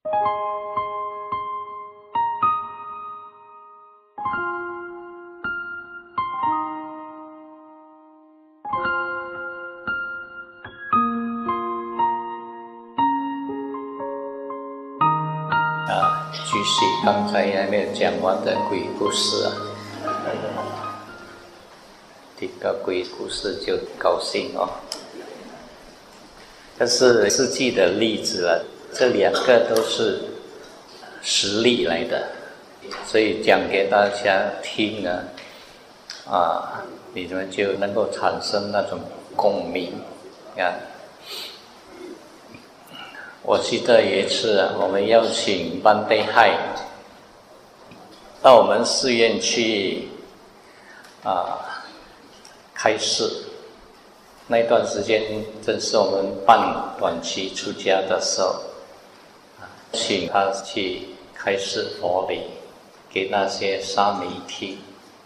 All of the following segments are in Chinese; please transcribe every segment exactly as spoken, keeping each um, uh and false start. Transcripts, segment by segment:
啊，继续刚才还没有讲完的鬼故事啊，听到鬼故事就高兴哦。这是实际的例子了，这两个都是实例来的，所以讲给大家听呢，啊，你们就能够产生那种共鸣啊。我记得有一次啊，我们邀请班贝海到我们寺院去啊开示。那段时间正是我们办短期出家的时候，请他去开示佛理给那些沙弥听。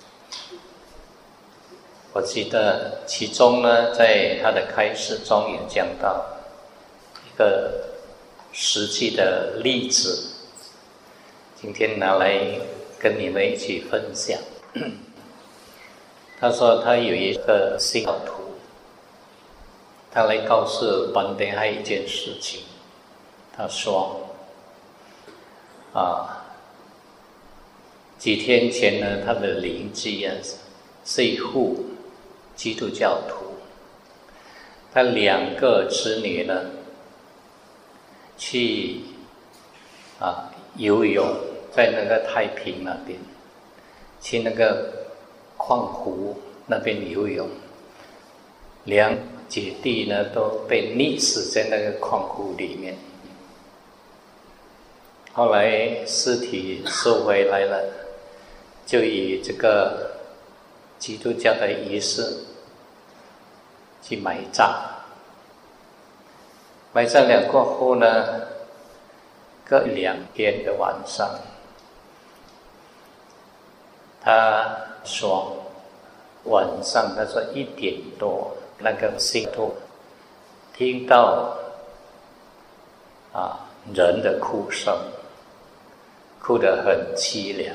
我记得其中呢，在他的开示中也讲到一个实际的例子，今天拿来跟你们一起分享。他说他有一个信徒，他来告诉班德海一件事情。他说啊，几天前呢，他的邻居啊是一户基督教徒，他两个子女呢去啊游泳，在那个太平那边，去那个矿湖那边游泳，两姐弟呢都被溺死在那个矿湖里面。后来尸体收回来了，就以这个基督教的仪式去埋葬。埋葬了过后呢，隔两天的晚上，他说晚上他说一点多，那个信徒听到啊人的哭声，哭得很凄凉，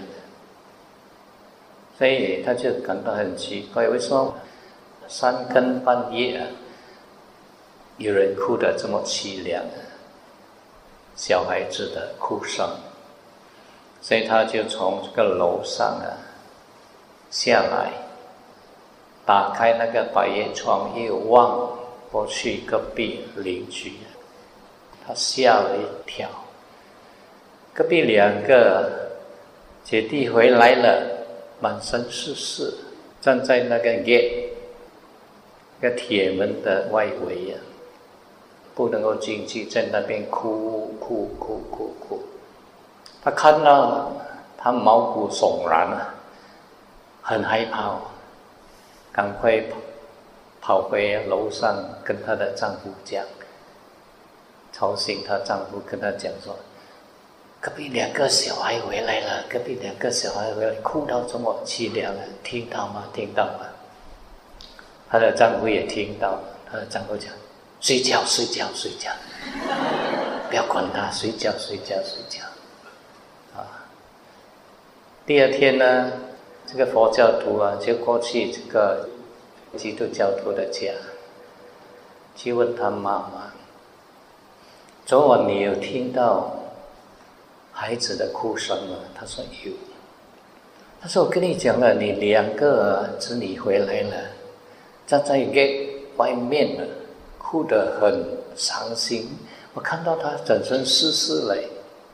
所以他就感到很奇怪，为什么三更半夜啊有人哭得这么凄凉，小孩子的哭声。所以他就从这个楼上啊下来，打开那个百叶窗，一望过去隔壁邻居，他吓了一跳。隔壁两个姐弟回来了，满身是事，站在那个 gate 那个铁门的外围啊，不能够进去，在那边哭哭哭哭哭。他看到他毛骨悚然啊，很害怕，赶快跑回楼上跟她的丈夫讲，吵醒她丈夫，跟她讲说，隔壁两个小孩回来了，隔壁两个小孩回来，哭到这么凄凉了，听到吗？听到吗？她的丈夫也听到，她的丈夫讲，睡觉睡觉睡觉，不要管他，睡觉睡觉睡觉。啊，第二天呢，这个佛教徒啊就过去这个基督教徒的家，去问他妈妈，昨晚你有听到孩子的哭声吗？他说有。他说我跟你讲了，你两个子女回来了，站在 gate 外面了，哭得很伤心，我看到他整身湿湿嘞。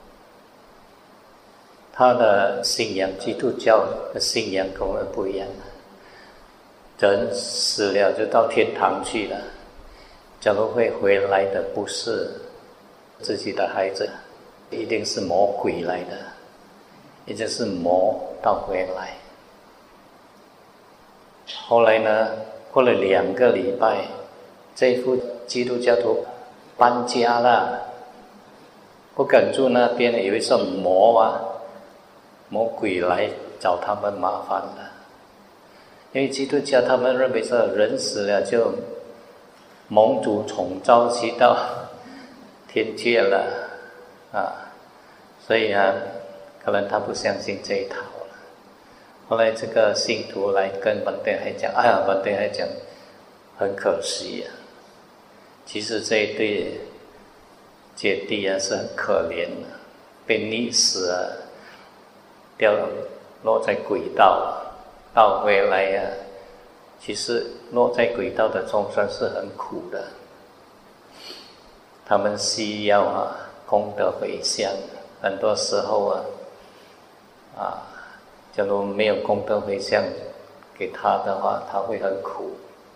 他的信仰基督教的信仰跟我们不一样，人死了就到天堂去了，假如会回来的不是自己的孩子，一定是魔鬼来的，也就是魔到回来。后来呢，过了两个礼拜，这副基督教徒搬家了，不敢住那边，有一些魔啊魔鬼来找他们麻烦了。因为基督教他们认为说人死了就蒙主宠召去到天界了啊， 所以啊，可能他不相信这一套了。后来这个信徒来跟本地还讲，哎呀，本地还讲，很可惜啊，其实这一对姐弟啊是很可怜的，被溺死啊，掉落在轨道，倒回来啊，其实落在轨道的众生是很苦的，他们需要啊功德回向，很多时候啊，啊，假如没有功德回向给他的话，他会很苦。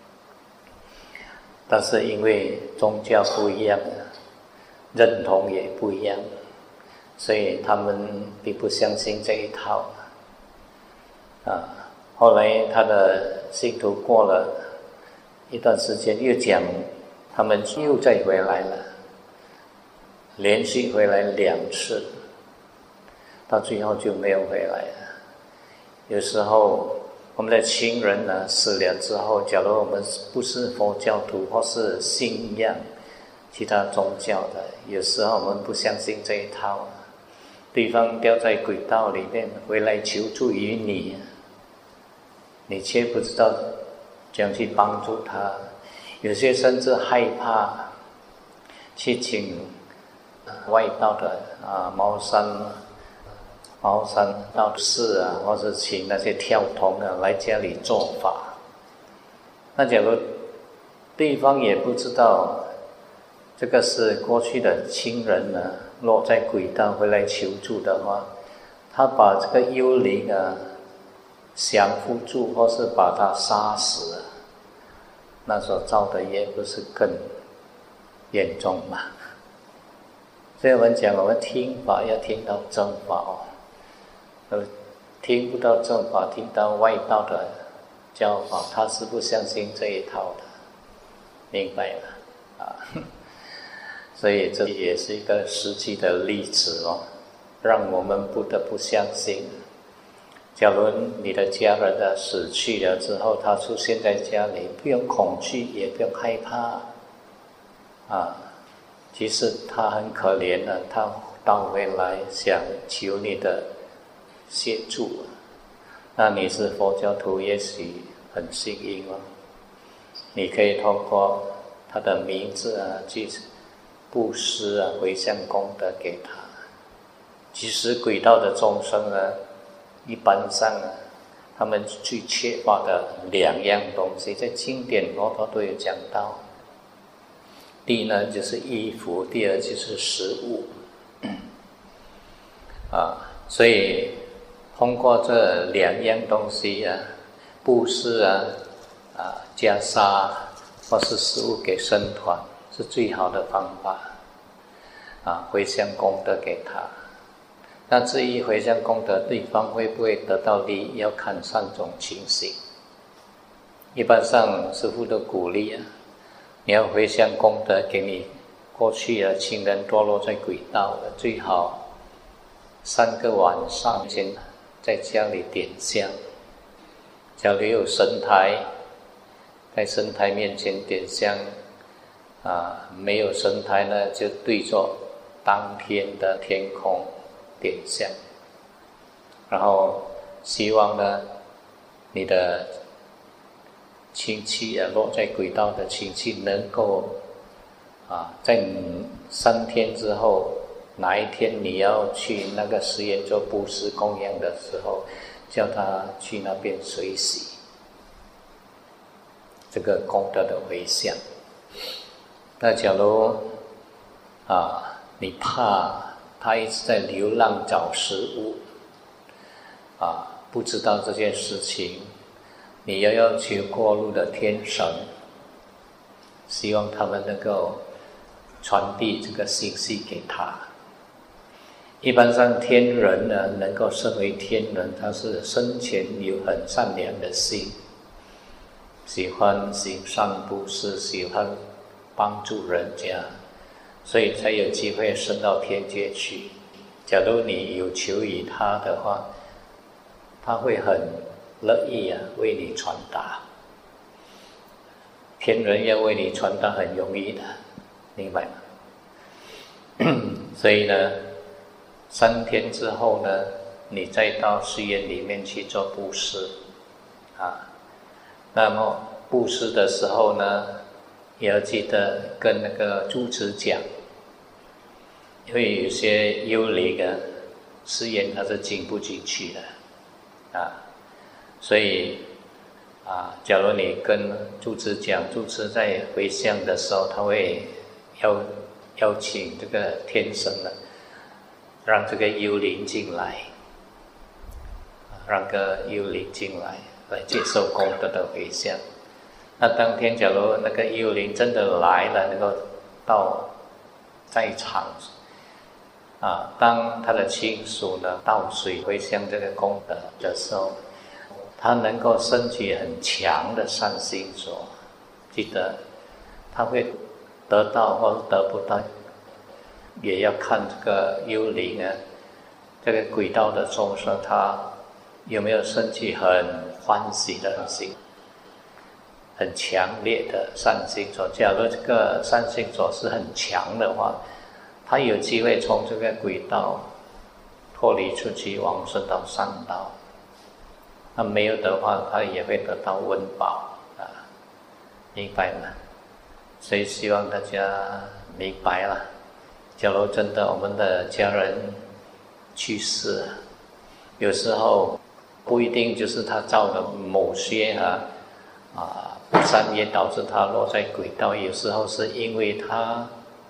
但是因为宗教不一样，认同也不一样，所以他们并不相信这一套。啊，后来他的信徒过了一段时间，又讲他们又再回来了，连续回来两次，到最后就没有回来了。有时候我们的亲人呢死了之后，假如我们不是佛教徒或是信仰其他宗教的，有时候我们不相信这一套，对方掉在轨道里面回来求助于你，你却不知道怎样去帮助他，有些甚至害怕去请外道的啊茅山茅山道士啊，或者请那些跳童啊来家里做法。那假如对方也不知道这个是过去的亲人呢落在轨道回来求助的话，他把这个幽灵啊降服住，或是把他杀死了，那所造的业不是更严重吗？所以我们讲，我们听法要听到正法哦，呃，听不到正法，听到外道的教法，他是不相信这一套的，明白吗？啊，所以这也是一个实际的例子哦，让我们不得不相信。假如你的家人的死去了之后，他出现在家里，不用恐惧，也不用害怕，啊，其实他很可怜的，他倒回来想求你的协助，那你是佛教徒，也许很幸运哦，你可以透过他的名字啊，去布施啊，回向功德给他。其实轨道的众生呢，一般上啊，他们最缺乏的两样东西，在经典佛陀都有讲到。第一呢，就是衣服；第二就是食物。啊，所以通过这两样东西啊，布施啊，啊袈裟或是食物给僧团，是最好的方法。啊，回向功德给他。那至于回向功德，对方会不会得到利益，要看三种情形。一般上师父都鼓励啊，你要回向功德给你过去的亲人堕落在轨道的，最好三个晚上先在家里点香。假如有神台，在神台面前点香，啊，没有神台呢，就对着当天的天空点香，然后希望呢，你的亲戚啊，落在轨道的亲戚能够啊，在三天之后，哪一天你要去那个寺院做布施供养的时候，叫他去那边随喜，这个功德的回向。那假如啊，你怕他一直在流浪找食物，啊，不知道这件事情，你要要求过路的天神，希望他们能够传递这个信息给他。一般上天人呢，能够升为天人，他是生前有很善良的心，喜欢行善布施，喜欢帮助人家，所以才有机会升到天界去。假如你有求于他的话，他会很乐意啊为你传达。天人要为你传达很容易的，明白吗？所以呢， 三天之后呢，你再到寺院里面去做布施啊。那么布施的时候呢，也要记得跟那个住持讲，因为有些幽灵啊，寺院它是进不进去的啊，所以啊，假如你跟住持讲，住持在回向的时候，他会邀邀请这个天神呢，让这个幽灵进来，让个幽灵进来来接受功德的回向。那当天假如那个幽灵真的来了，能够到在场啊，当他的亲属呢倒水回向这个功德的时候，他能够升起很强的善心所，记得他会得到或者得不到，也要看这个幽灵啊，这个鬼道的众生他有没有升起很欢喜的心，很强烈的善心所。假如这个善心所是很强的话，他有机会从这个鬼道脱离出去，往生到善道。那没有的话，他也会得到温饱啊，明白吗？所以希望大家明白了。假如真的我们的家人去世，有时候不一定就是他造的某些啊啊不善业导致他落在鬼道，有时候是因为他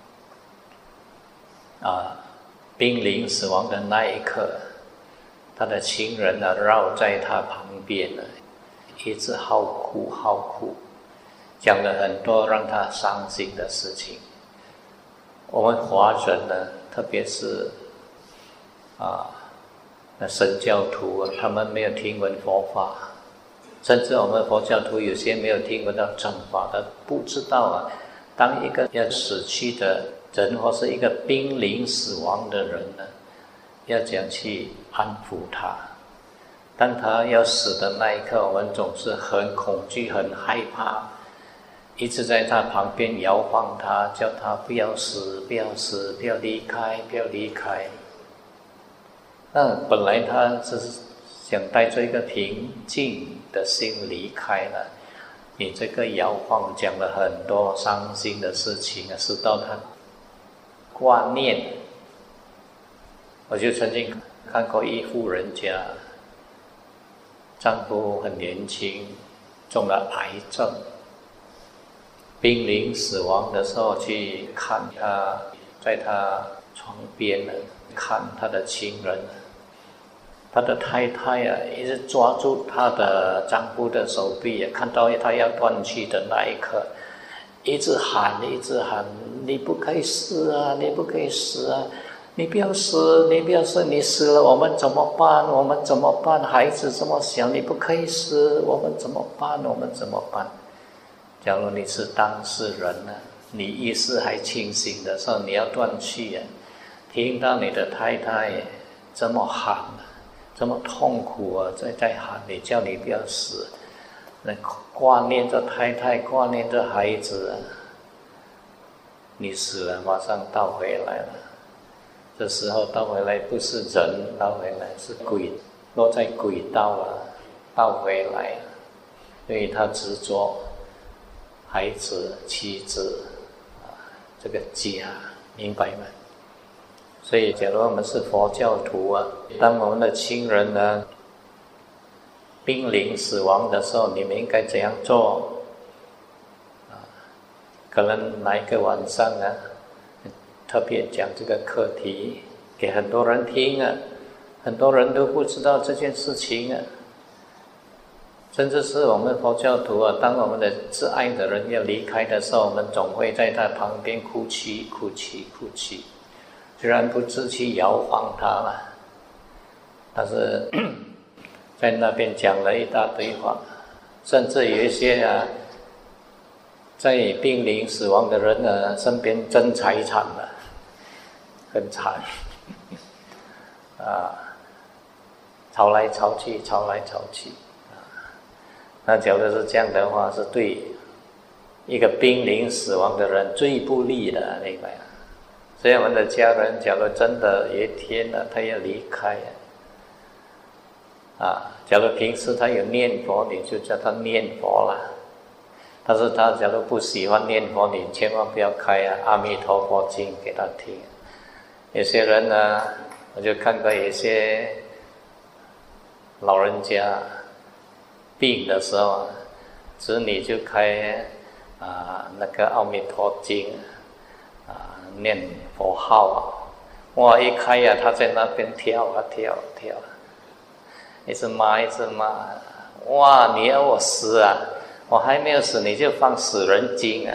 啊濒临死亡的那一刻，他的亲人呢绕在他旁边呢，一直嚎哭嚎哭，讲了很多让他伤心的事情。我们华人呢，特别是啊那神教徒啊，他们没有听闻佛法，甚至我们佛教徒有些没有听闻到正法的，不知道啊，当一个要死去的人或是一个濒临死亡的人呢，要怎样去安抚他。当他要死的那一刻，我们总是很恐惧很害怕，一直在他旁边摇晃他，叫他不要死不要死，不要离开不要离开。那本来他只是想带着一个平静的心离开了，你这个摇晃讲了很多伤心的事情，使到他挂念。我就曾经看过一户人家，丈夫很年轻，中了癌症，濒临死亡的时候去看他，在他床边呢，看他的亲人，他的太太啊，一直抓住他的丈夫的手臂啊，看到他要断气的那一刻，一直喊一直喊，你不可以死啊，你不可以死啊，你不要死，你不要死，你死了我们怎么办？我们怎么办？孩子这么小，你不可以死，我们怎么办？我们怎么办？假如你是当事人呢，你意识还清醒的时候，你要断气啊，听到你的太太这么喊，这么痛苦啊，在在喊你，叫你不要死，那挂念着太太，挂念着孩子啊，你死了马上倒回来了。这时候倒回来不是人倒回来，是鬼落在鬼道了，倒回来了。因为他执着孩子妻子啊，这个家，明白吗？所以假如我们是佛教徒啊，当我们的亲人呢濒临死亡的时候，你们应该怎样做啊？可能哪一个晚上啊，特别讲这个课题给很多人听啊，很多人都不知道这件事情啊。甚至是我们佛教徒啊，当我们的挚爱的人要离开的时候，我们总会在他旁边哭泣哭泣哭泣，虽然不知去摇晃他了，但是在那边讲了一大堆话，甚至有一些啊在濒临死亡的人呢身边争财产了，很惨啊，吵来吵去吵来吵去啊。那假如是这样的话，是对一个濒临死亡的人最不利的，明白吗？ 所以我们的家人，假如真的有一天呢，他要离开啊，假如平时他有念佛，你就叫他念佛啦。但是他假如不喜欢念佛，你千万不要开啊《阿弥陀佛经》给他听。有些人呢，我就看过有些老人家病的时候，子女就开啊那个《阿弥陀经》啊，念佛号啊，哇！一开呀、啊，他在那边跳啊跳啊跳啊，一直骂一直骂，哇！你要我死啊！我还没有死，你就放死人经啊！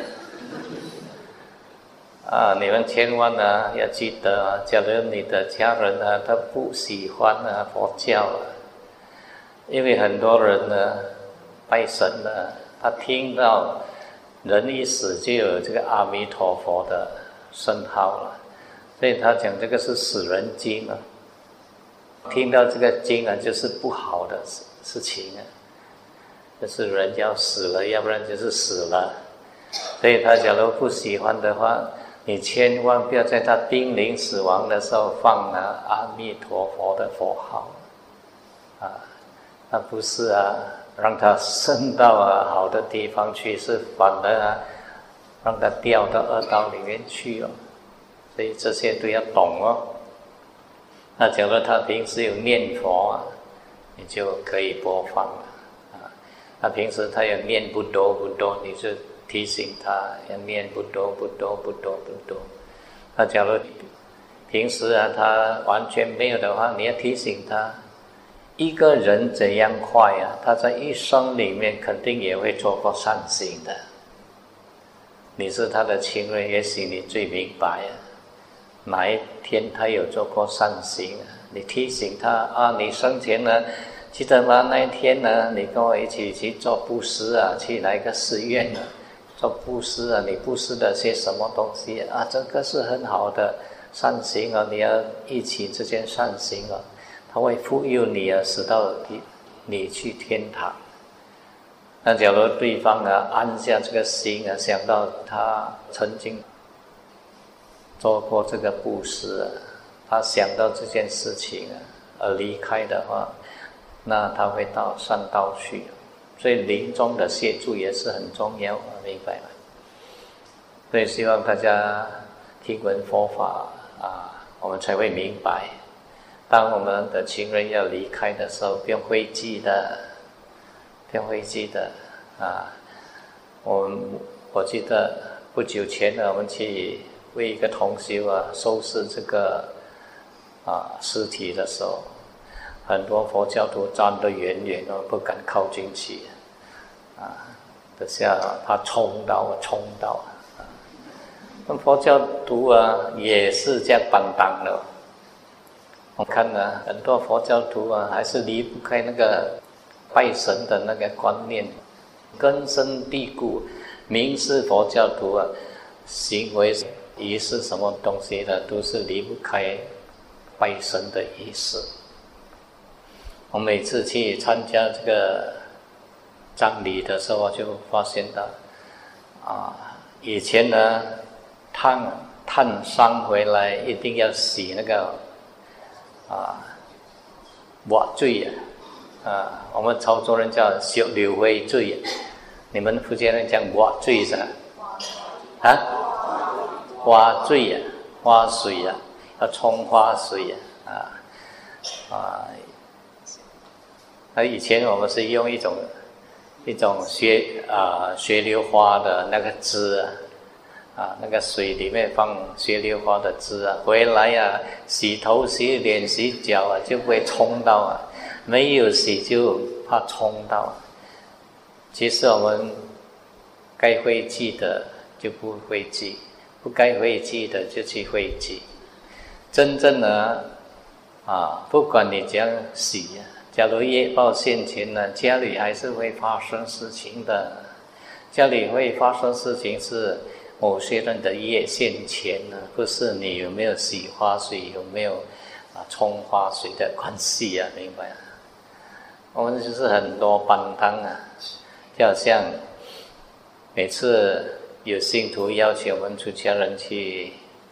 啊，你们千万呢要记得啊，假如你的家人呢他不喜欢啊佛教啊，因为很多人呢拜神呢，他听到人一死就有这个阿弥陀佛的圣号了，所以他讲这个是死人经啊。听到这个经啊，就是不好的事情啊。就是人要死了，要不然就是死了。所以他假如不喜欢的话，你千万不要在他濒临死亡的时候放啊阿弥陀佛的佛号啊，那不是啊，让他升到啊好的地方去，是反而啊让他掉到恶道里面去哦。所以这些都要懂哦。那假如他平时有念佛啊，你就可以播放了。他平时他要念不多不多，你就提醒他要念不多不多不多不多。那假如平时啊他完全没有的话，你要提醒他，一个人怎样坏啊，他在一生里面肯定也会做过善行的。你是他的亲人，也许你最明白啊，哪一天他有做过善行啊？你提醒他啊，你生前呢？记得吗？那一天呢，你跟我一起去做布施啊，去哪一个寺院啊，做布施啊，你布施的些什么东西啊？这个是很好的善行啊，你要一起这件善行啊，它会护佑你啊，使到你你去天堂。那假如对方啊按下这个心啊，想到他曾经做过这个布施啊，他想到这件事情啊而离开的话，那他会到善道去，所以临终的协助也是很重要，明白吗？所以希望大家听闻佛法啊，我们才会明白，当我们的亲人要离开的时候，不用讳忌的，不用讳忌的啊。我们我记得不久前呢，我们去为一个同修啊收拾这个啊尸体的时候。很多佛教徒站得远远的，不敢靠近去，啊，等下他冲到，冲到，啊，那佛教徒啊也是这样板当的。我看呢，很多佛教徒啊，还是离不开那个拜神的那个观念，根深蒂固。明是佛教徒啊，行为仪式什么东西的，都是离不开拜神的仪式。我每次去参加这个葬礼的时候，就发现到啊，以前呢，探探伤回来一定要洗那个啊瓦坠啊，啊，我们潮州人叫小柳灰坠，你们福建人讲瓦坠是吧？啊，花坠啊，花水啊，要冲花水啊，啊啊。那以前我们是用一种一种雪啊雪莲花的那个汁啊，啊那个水里面放雪莲花的汁啊，回来呀、啊、洗头洗脸洗脚啊就不会冲到啊，没有洗就怕冲到。其实我们该会记的就不会记，不该会记的就去会记。真正的啊，不管你怎样洗啊。假如业报现前呢，家里还是会发生事情的。家里会发生事情是某些人的业现前呢，不是你有没有洗花水，有没有啊冲花水的关系啊，明白啊？我们就是很多班当啊，就好像每次有信徒邀请我们出家人去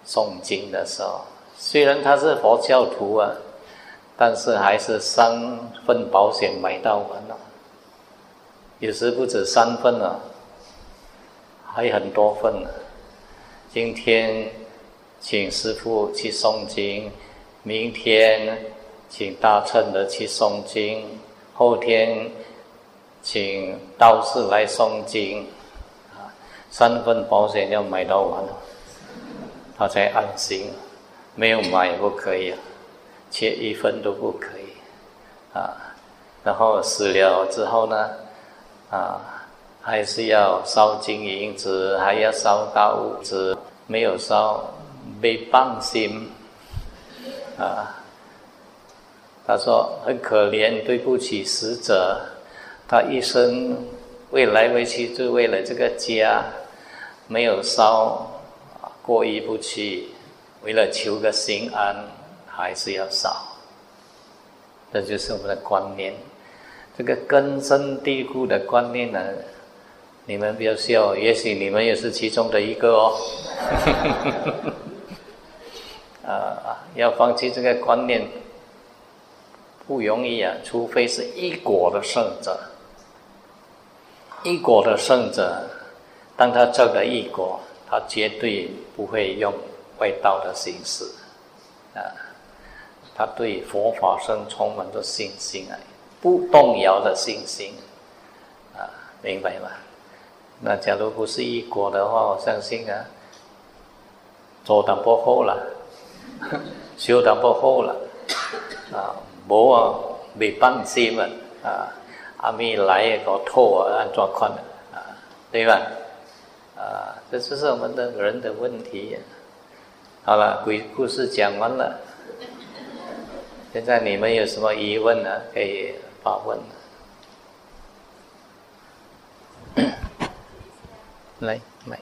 诵经的时候，虽然他是佛教徒啊，但是还是三份保险买到完了，有时不止三份啊，还很多份呢。今天请师父去诵经，明天请大乘的去诵经，后天请道士来诵经，啊，三份保险要买到完了，他才安心。没有买也不可以，缺一分都不可以啊。然后死了之后呢，啊，还是要烧金银纸，还要烧大物纸，没有烧没放心啊。他说很可怜，对不起死者，他一生为来为去就为了这个家，没有烧，过意不去，为了求个心安，还是要烧。这就是我们的观念，这个根深蒂固的观念呢，你们不要笑，也许你们也是其中的一个哦。啊，要放弃这个观念不容易啊，除非是一果的圣者。一果的圣者，当他证了一果，他绝对不会用外道的形式啊，他对佛法生充满着信心啊，不动摇的信心啊，明白吗？那假如不是一果的话，我相信啊，做淡薄好啦，修淡薄好啦，啊，无啊未放心啊，啊，阿弥来个吐啊，安怎看啊，对吧？啊，这就是我们的人的问题。好了，鬼故事讲完了，现在你们有什么疑问呢？可以发问。来，来。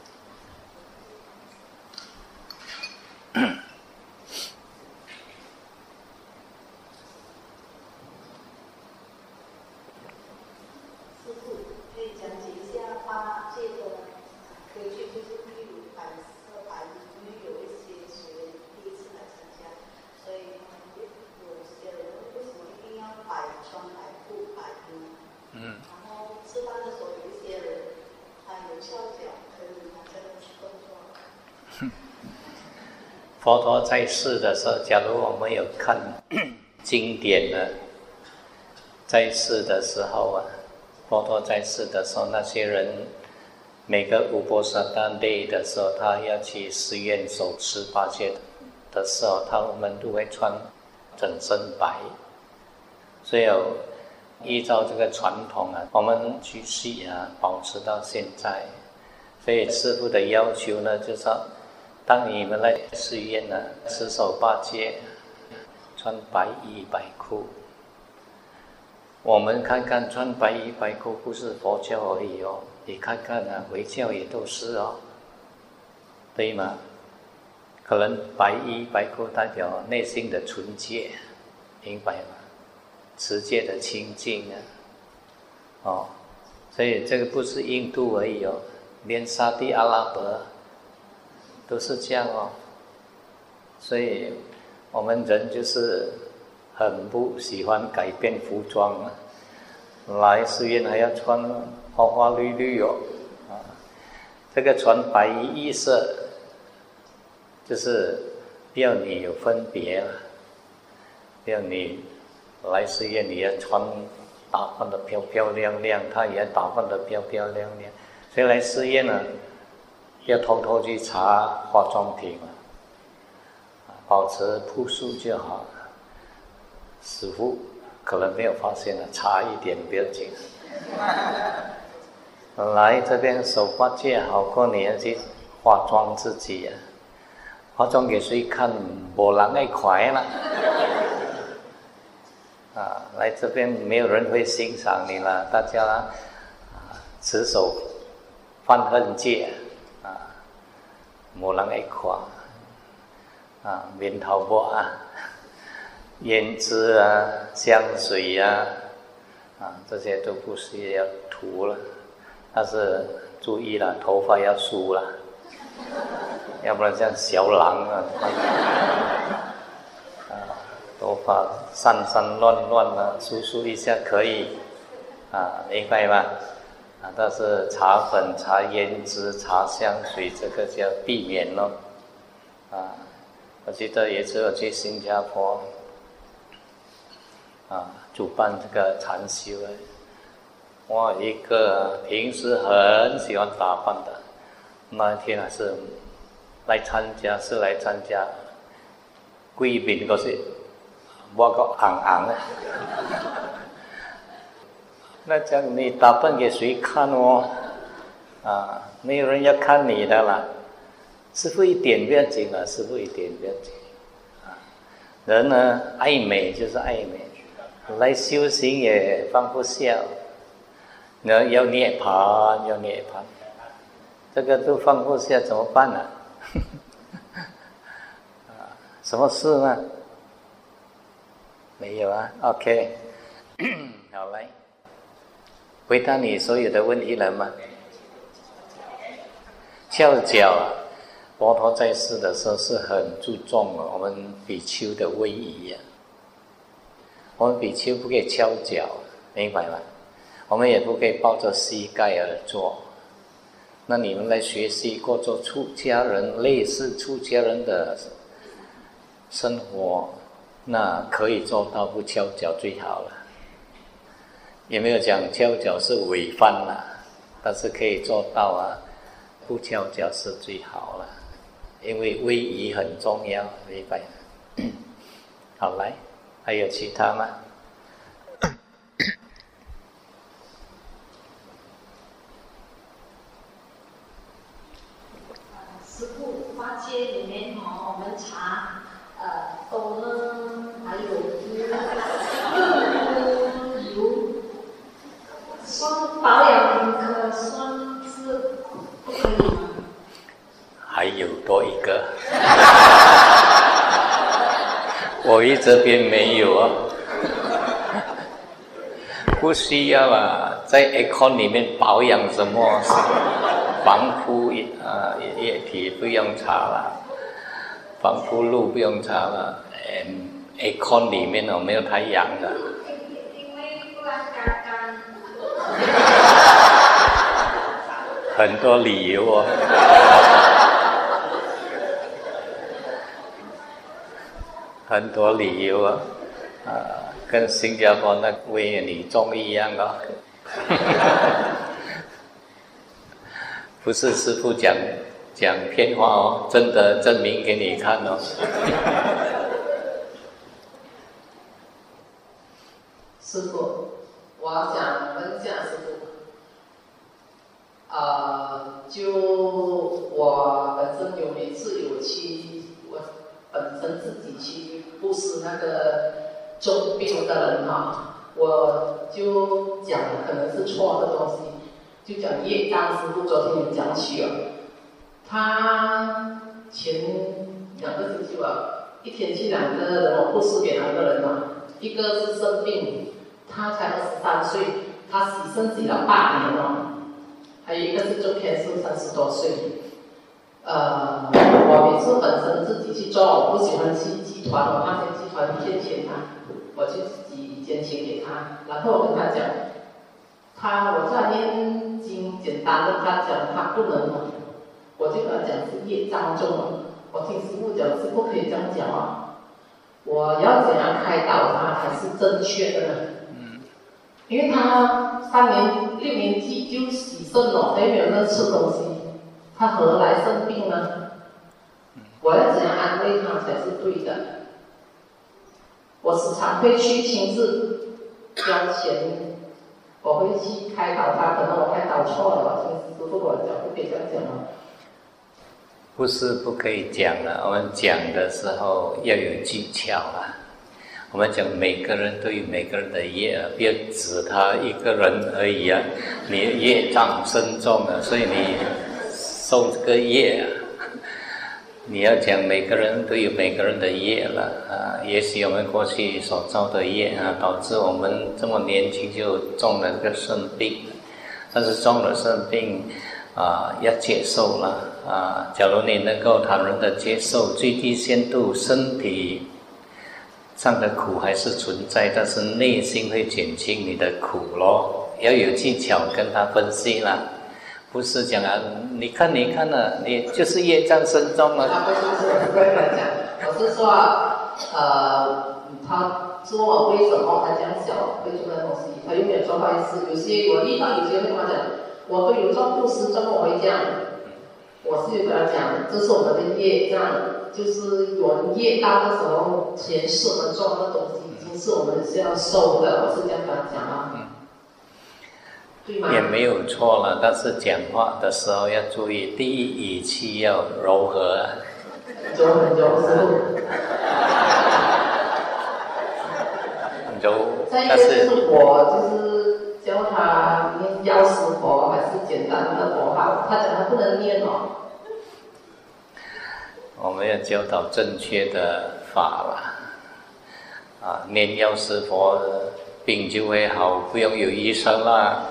佛陀在世的时候，假如我们有看经典呢，在世的时候啊，佛陀在世的时候，那些人每个五波萨那累的时候，他要去寺院守十八戒的时候，他们都会穿整身白。所以有依照这个传统啊，我们继续啊保持到现在。所以师父的要求呢，就是说当你们来寺院呢，持守八戒，穿白衣白裤。我们看看穿白衣白裤不是佛教而已哦，你看看啊，回教也都是哦，对吗？可能白衣白裤代表内心的纯洁，明白吗？持戒的清净啊，哦，所以这个不是印度而已哦，连沙地阿拉伯都是这样哦。所以我们人就是很不喜欢改变服装啊，来寺院还要穿花花绿绿哦，啊，这个穿白衣衣色，就是要你有分别了，要你来寺院你要穿打扮得漂漂亮亮，他也打扮得漂漂亮亮。所以来寺院呢，要偷偷去查化妆品啊，保持朴素就好。师父可能没有发现了，差一点不要紧。来这边守八戒好过你要去化妆自己啊，化妆给谁看？没人爱看啦。啊，来这边没有人会欣赏你了，大家啊持守犯恨戒啊，没人爱看啊，面头薄啊，胭脂啊、香水啊，啊这些都不需要涂了，但是注意了，头发要梳了。 要不然像小狼啊，啊，头发散散乱乱啊，梳梳一下可以，啊，明白吗？啊，但是擦粉、擦胭脂、擦香水，这个就要避免咯。啊，我记得有一次我去新加坡，啊，主办这个禅修啊，哇，一个平时很喜欢打扮的，那一天还是来参加，是来参加贵宾嗰時，我個硬硬的。那講你打扮給誰看哦？啊，沒有人要看你的啦。師父一點不要緊啊，師父一點不要緊啊。人呢，愛美就是愛美，來修行也放不下。呢，要涅槃，要涅槃，這個都放不下，怎麼辦呢？啊，什麼事呢？沒有啊 ，OK， 好來。回答你所有的問題了嗎？翹腳啊，佛陀在世的時候是很注重我們比丘的威儀啊。我們比丘不可以翹腳，明白嗎？我們也不可以抱着膝蓋而坐。那你們來學習過做出家人，類似出家人的生活，那可以做到不翹腳最好了。也沒有講翹腳是違犯啦，但是可以做到啊，不翹腳是最好了，因為威儀很重要，明白？好，來，還有其他嗎？ 師父，花街裡面哦，我們查呃豆呢，還有酸保養可酸是不可以嗎？ 還有多一個，我一這邊沒有啊，不需要啊，在 aircon 裡面保養什麼防腐啊液體不用擦了，防腐露不用擦了，嗯 aircon 裡面哦沒有太陽的。很多理由哦，很多理由啊，啊，跟新加坡那位女中一樣哦，不是師父講講騙話哦，真的證明給你看哦。 師父，我想問一下師父。呃，就我本身有一次有去，我本身自己去布施那个重病的人哈，我就讲可能是错的东西，就讲业障师父昨天有讲起了，他前两个星期吧，一天去两个人，我布施给两个人嘛，一个是生病，他才二十三岁，他洗肾洗了八年了。还有一个是做 cancer 三十多岁，呃，我每次本身自己去做，我不喜欢去集团，我怕些集团骗钱他，我就自己捐钱给他，然后我跟他讲，他我在念经简单的，他讲他不能了，我就跟他讲是业障重了，我听师父讲是不可以这样讲啊，我要怎样开导他才是正确的呢？因为他三年六年级就洗肾了，还没有那吃东西，他何来生病呢？我要怎样安慰他才是对的？我时常会去亲自交钱，我会去开导他，可能我开导错了，我听师父我讲不可以这样讲了。 不是不可以講了，我們講的時候要有技巧啊。我們講每個人都有每個人的業，不要指他一個人而已啊！你業障深重啊，所以你受這個業啊！你要講每個人都有每個人的業了啊！也許我們過去所造的業啊，導致我們這麼年輕就中了這個腎病，但是中了腎病啊，要接受了啊。假如你能够坦然的接受，最低限度身体上的苦还是存在，但是内心会减轻你的苦咯。要有技巧跟他分析啦，不是讲啊，你看你看啊，你就是业障深重了。 啊，不是不是，不会这样讲，我是说，呃，他说我为什么他这样小会做那东西，他又没有做坏事。有些我遇到有些人他讲，我都有做布施，怎么我会这样？我是有跟他讲，这是我们的业障，就是我们业大的时候，前世我们做的东西已经是我们是要受的，我是这样跟他讲啊。嗯，对吗？ 也没有错了，但是讲话的时候要注意，第一语气要柔和啊。 柔很柔是不？ 柔， 再一个就是我就是教他念药师佛还是简单的佛号，他讲他不能念哦。 我们要教导正确的法啦，啊，念药师佛，病就会好，不用有医生啦。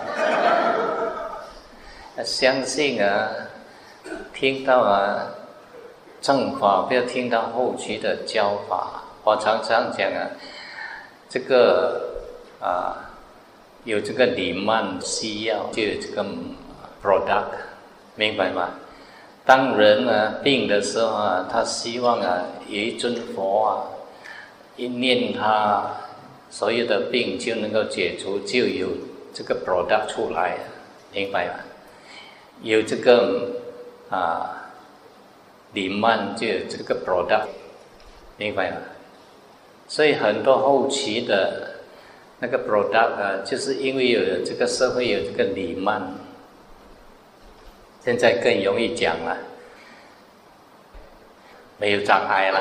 相信啊，听到啊正法，不要听到后期的教法。我常常讲啊，这个啊有这个理曼西药，就有这个 product， 明白吗？当人啊病的时候啊，他希望啊有一尊佛啊，一念他所有的病就能够解除，就有这个 product 出来，明白吗？有这个啊理曼就有这个 product， 明白吗？所以很多后期的那个 product 啊，就是因为有这个社会有这个理曼。现在更容易讲了，没有障碍了。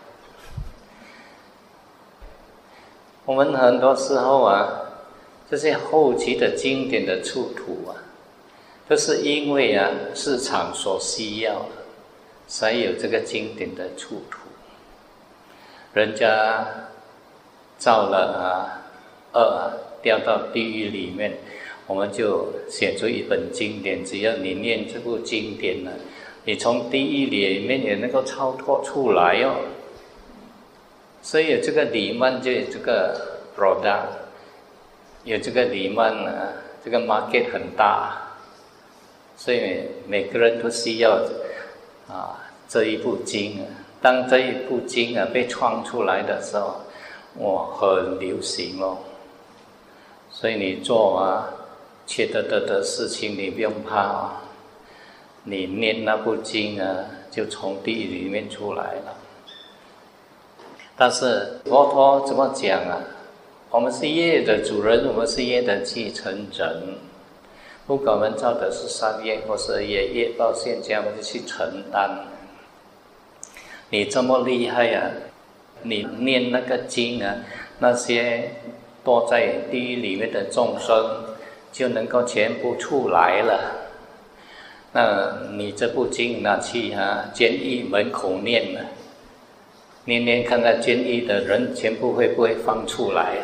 我们很多时候啊，这些后期的经典的出土啊，都是因为啊市场所需要，才有这个经典的出土。人家造了啊恶啊，掉到地狱里面。我们就写出一本经典，只要你念这部经典呢，你从地狱里面也能够超脱出来哦。所以有这个理曼就有这个 product， 有这个理曼呢，这个 market 很大，所以每个人都需要啊这一部经啊。当这一部经啊被创出来的时候，哇，很流行哦。所以你做啊。缺德德的事情你不用怕啊，你念那部经啊，就从地狱里面出来了。但是佛陀怎么讲啊？我们是业的主人，我们是业的继承人。不管我们造的是善业或是恶业，业报现前，我们就去承担。你这么厉害啊，你念那个经啊，那些躲在地狱里面的众生就能够全部出来了。那你这部经拿去啊监狱门口念了，念念看看监狱的人全部会不会放出来啊？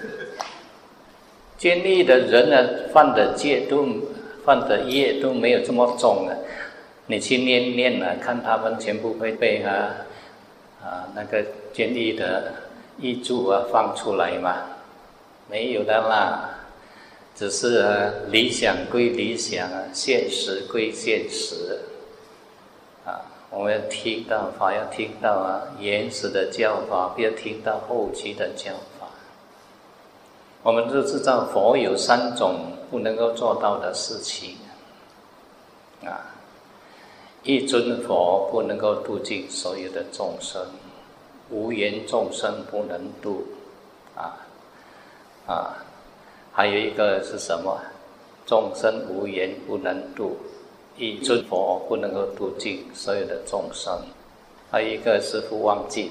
监狱的人呢，犯的戒都犯的业都没有这么重啊，你去念念啊，看他们全部会被啊啊那个监狱的狱卒啊放出来吗？没有的啦。只是啊，理想归理想啊，现实归现实啊。我们要听到法，要听到啊原始的教法，不要听到后期的教法。我们都知道佛有三种不能够做到的事情啊。一尊佛不能够度尽所有的众生，无缘众生不能度啊啊。还有一个是什么？众生无缘不能度，一尊佛不能够度尽所有的众生。还有一个师父忘记了。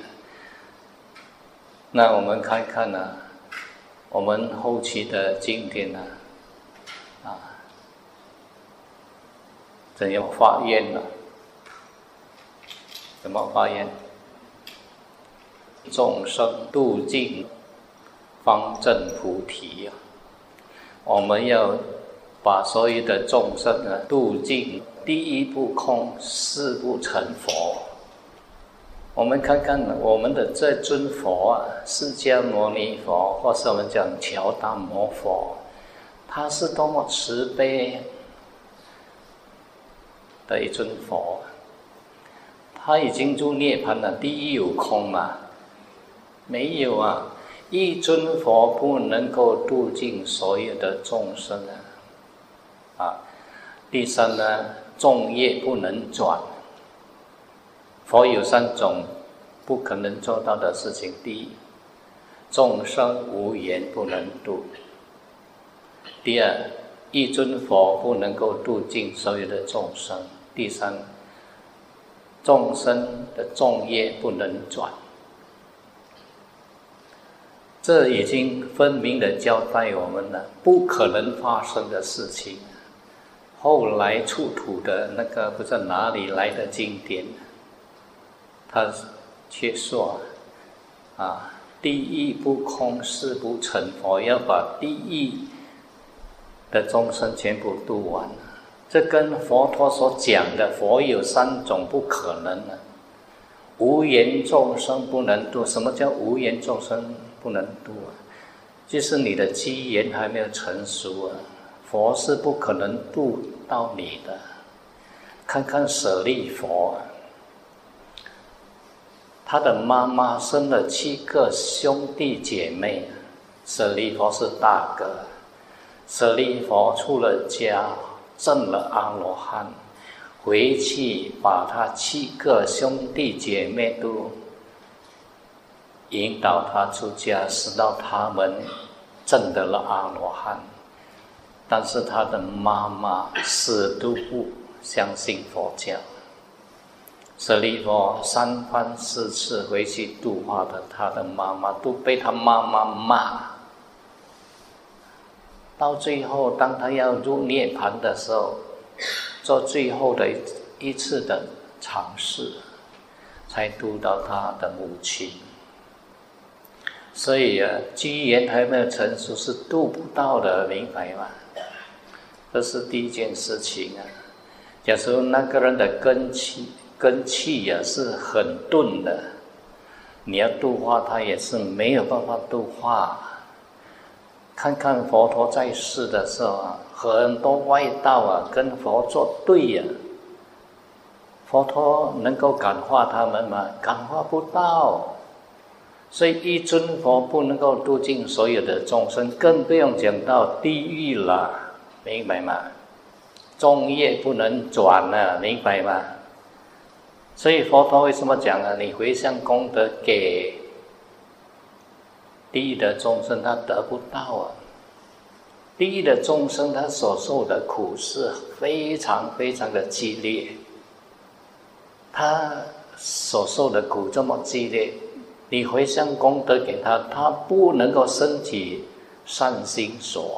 那我们看看呢、啊，我们后期的经典呢、啊，啊，怎样发愿呢？怎么发愿？众生度尽，方证菩提啊！我们要把所有的众生啊度尽， 第一不空，誓不成佛。我们看看我们的这尊佛啊，释迦牟尼佛，或是我们讲乔达摩佛，他是多么慈悲的一尊佛。他已经入涅槃了，第一有空嘛？没有啊！一尊佛不能够度尽所有的众生啊！啊，第三呢，众业不能转。佛有三种不可能做到的事情：第一，众生无缘不能度；第二，一尊佛不能够度尽所有的众生；第三，众生的众业不能转。这已经分明的交代我们了，不可能发生的事情。后来出土的那个不知道哪里来的经典，他却说啊，第一不空，誓不成佛，要把第一的众生全部度完。这跟佛陀所讲的佛有三种不可能啊，无缘众生不能度。什么叫无缘众生不能度啊？就是你的机缘还没有成熟啊，佛是不可能度到你的。看看舍利佛，他的妈妈生了七个兄弟姐妹，舍利佛是大哥。舍利佛出了家，证了阿罗汉，回去把他七个兄弟姐妹都引导他出家，使到他们证得了阿罗汉。但是他的妈妈死都不相信佛教。舍利佛三番四次回去度化的他的妈妈，都被他妈妈骂。到最后，当他要入涅槃的时候，做最后的一次的尝试，才度到他的母亲。所以啊，机缘还没有成熟是度不到的，明白吗？这是第一件事情啊。假如那个人的根气根气啊是很钝的，你要度化他也是没有办法度化。看看佛陀在世的时候啊，很多外道啊跟佛作对呀、啊，佛陀能够感化他们吗？感化不到。所以一尊佛不能够度尽所有的众生，更不用讲到地狱了，明白吗？众业不能转了，明白吗？所以佛陀为什么讲啊？你回向功德给地狱的众生，他得不到啊。地狱的众生他所受的苦是非常非常的激烈，他所受的苦这么激烈，你回向功德给他，他不能够升起善心所，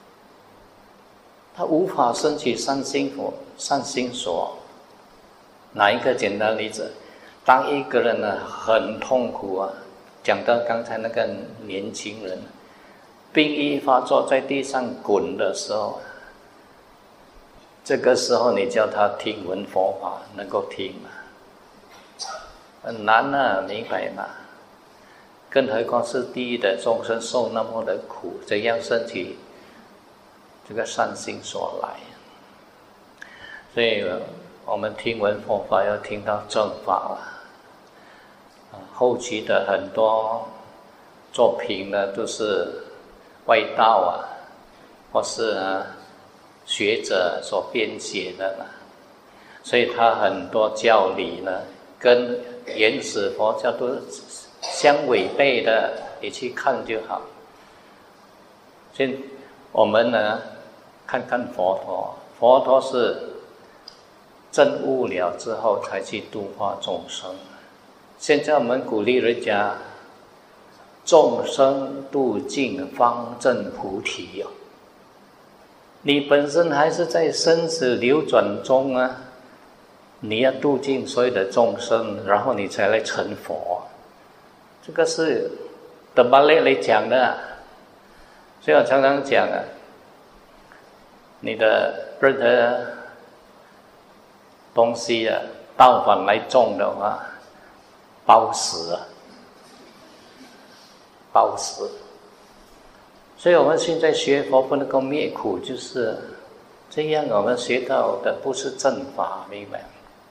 他无法升起善心所。善心所，拿一个简单例子，当一个人呢很痛苦啊，讲到刚才那个年轻人，病一发作在地上滚的时候，这个时候你叫他听闻佛法，能够听吗？很难啊，明白吗？更何况是地狱的众生受那么的苦，怎样升起这个善心所来？所以我们听闻佛法要听到正法了。后期的很多作品呢，都是外道啊，或是啊学者所编写的嘛，所以他很多教理呢，跟原始佛教都相违背的，你去看就好。所以我们呢，看看佛陀，佛陀是证悟了之后才去度化众生。现在我们鼓励人家众生度尽方证菩提哦，你本身还是在生死流转中啊，你要度尽所有的众生，然后你才来成佛，这个是德巴列来讲的、啊。所以我常常讲啊，你的任何东西啊倒反来种的话，包死啊，包死。所以我们现在学佛不能够灭苦，就是这样。我们学到的不是正法，明白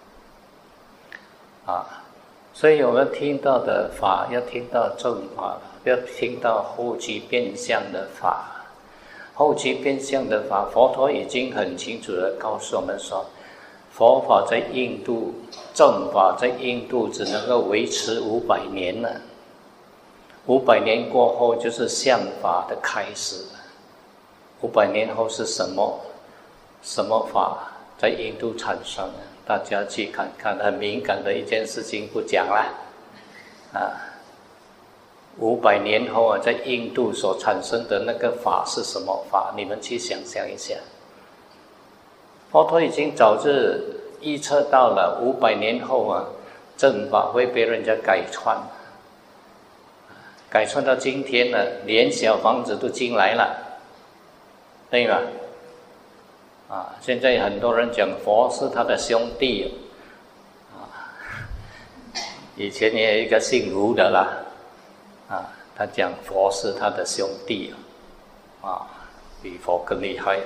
啊？所以我们听到的法要听到正法，要听到后期变相的法。后期变相的法，佛陀已经很清楚地告诉我们说，佛法在印度，正法在印度只能够维持五百年了。五百年过后就是相法的开始。五百年后是什么？什么法在印度产生？大家去看看，很敏感的一件事情不讲了啊。五百年后啊，在印度所产生的那个法是什么法？你们去想象一下。佛陀已经早就预测到了，五百年后啊，正法会被人家改穿，改穿到今天呢，连小房子都进来了，对吧？啊，现在很多人讲佛是他的兄弟，啊，以前也有一个姓卢的啦，啊，他讲佛是他的兄弟，啊，比佛更厉害。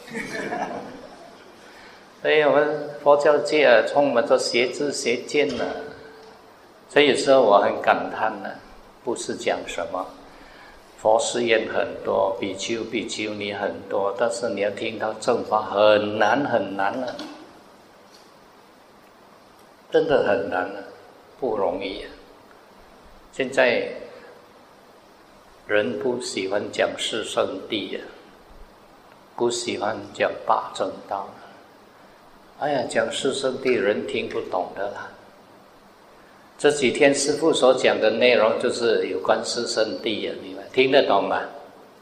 所以我们佛教界啊，充满着邪知邪见呢。所以有时候我很感叹呢，不是讲什么。佛事业很多，比丘比丘尼很多，但是你要听到正法很难很难了，真的很难了，不容易。现在人不喜欢讲四圣谛啊，不喜欢讲八正道。哎呀，讲四圣谛人听不懂的啦。这几天师父所讲的内容就是有关四圣谛啊，你们听得懂吗？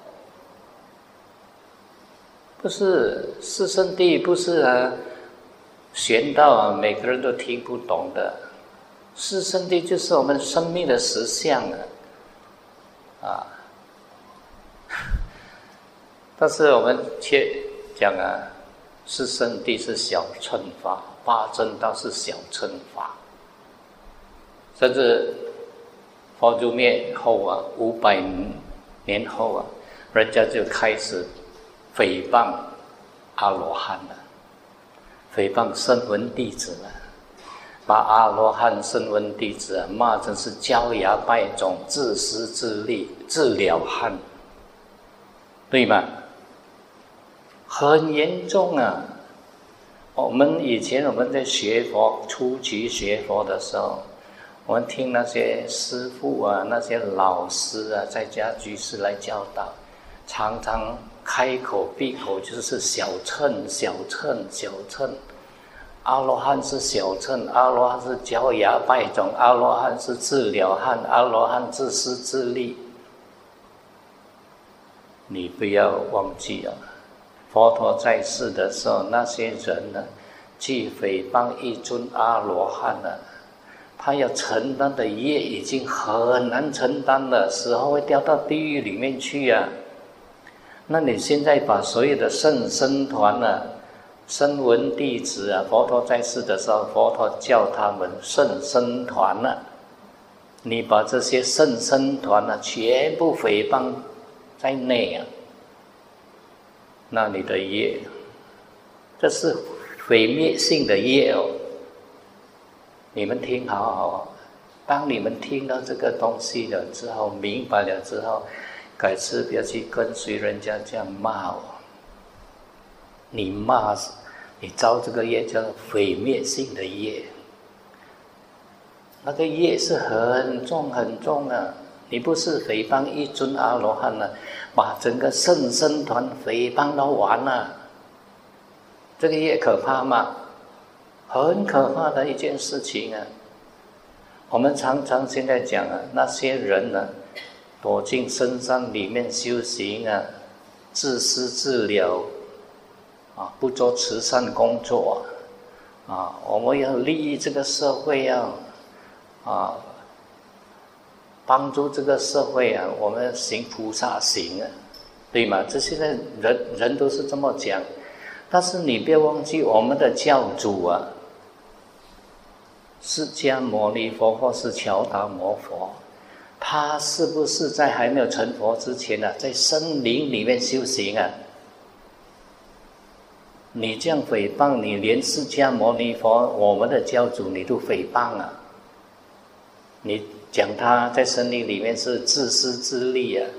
不是四圣谛，不是啊，玄道啊，每个人都听不懂的。四圣谛就是我们生命的实相啊，啊。但是我们却讲啊，四圣谛是小乘法，八正道是小乘法。甚至佛祖灭后啊，五百年后啊，人家就开始诽谤阿罗汉了，诽谤声闻弟子了，把阿罗汉声闻弟子啊骂成是焦芽败种、自私自利、自了汉，对吗？很严重啊！我们以前我们在学佛初期学佛的时候，我们听那些师父啊，那些老师啊，在家居士来教导，常常开口闭口就是小乘、小乘、小乘。阿罗汉是小乘，阿罗汉是焦芽败种，阿罗汉是自了汉，阿罗汉自私自利。你不要忘记啊，佛陀在世的时候，那些人呢，去诽谤一尊阿罗汉呢，他要承担的业已经很难承担了，死后会掉到地狱里面去啊。那你现在把所有的圣僧团啊、声闻弟子啊，佛陀在世的时候，佛陀叫他们圣僧团啊，你把这些圣僧团啊全部诽谤在内啊，那你的业，这是毁灭性的业哦。你们听好好，当你们听到这个东西了之后，明白了之后，改次不要去跟随人家这样骂我。你骂，你造这个业叫毁灭性的业，那个业是很重很重啊！你不是诽谤一尊阿罗汉了，把整个圣僧团诽谤到完了，这个业可怕吗？很可怕的一件事情啊！我们常常现在讲啊，那些人呢，躲进深山里面修行啊，自私自了啊，不做慈善工作啊，我们要利益这个社会啊，啊，帮助这个社会啊，我们行菩萨行啊，对吗？这现在人人都是这么讲，但是你不要忘记我们的教主啊。 释迦牟尼佛或是乔达摩佛，他是不是在还没有成佛之前啊，在森林里面修行啊？你这样诽谤，你连释迦牟尼佛我们的教主你都诽谤啊！你讲他在森林里面是自私自利啊！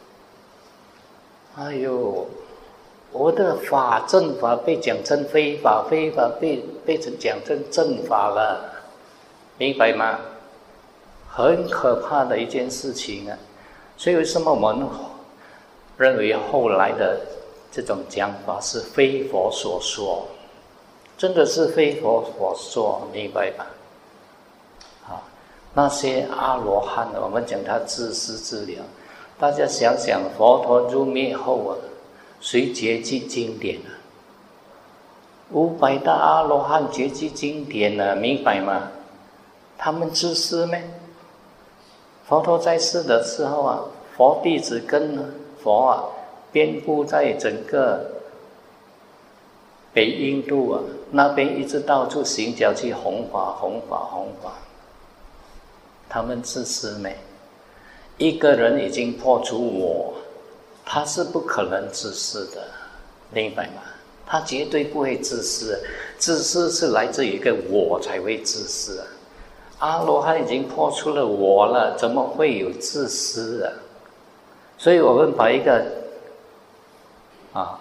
哎呦，我的法正法被讲成非法，非法被被成讲成正法了，明白吗？很可怕的一件事情啊！所以为什么我们认为后来的这种讲法是非佛所说？真的是非佛所说，明白吧？啊，那些阿罗汉，我们讲他自私自利，大家想想，佛陀入灭后啊，谁结集经典啊？五百大阿罗汉结集经典啊，明白吗？他们自私咩？佛陀在世的时候啊，佛弟子跟佛啊，遍布在整个北印度啊，那边一直到处行脚去弘法、弘法、弘法。他们自私没？一个人已经破除我，他是不可能自私的，明白吗？他绝对不会自私，自私是来自于一个我才会自私啊。阿罗汉已经破除了我了，怎么会有自私啊？所以我们把一个啊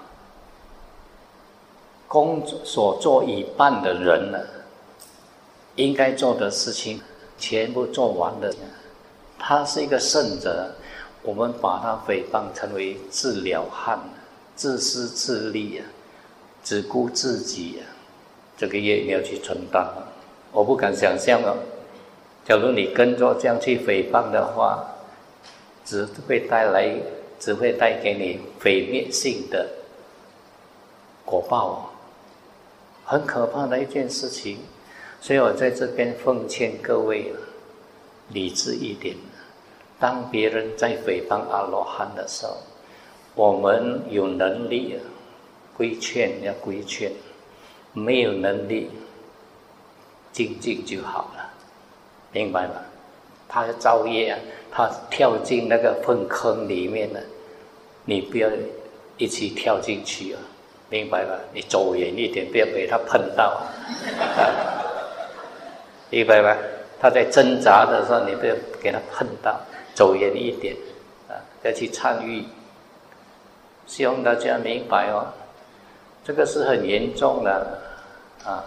工作所做一半的人呢，应该做的事情全部做完了，他是一个圣者，我们把他诽谤成为自了汉，自私自利啊，只顾自己啊，这个业你要去承担。我不敢想象哦，假如你跟着这样去诽谤的话，只会带来，只会带给你毁灭性的果报哦，很可怕的一件事情。所以我在这边奉劝各位理智一点，当别人在诽谤阿罗汉的时候，我们有能力规劝要规劝，没有能力静静就好了，明白吗？他造业啊，他跳进那个粪坑里面了，你不要一起跳进去啊，明白吧？你走远一点，不要被他碰到，啊、明白吧？他在挣扎的时候，你不要给他碰到，走远一点，啊，要去参与。希望大家明白哦，这个是很严重的啊。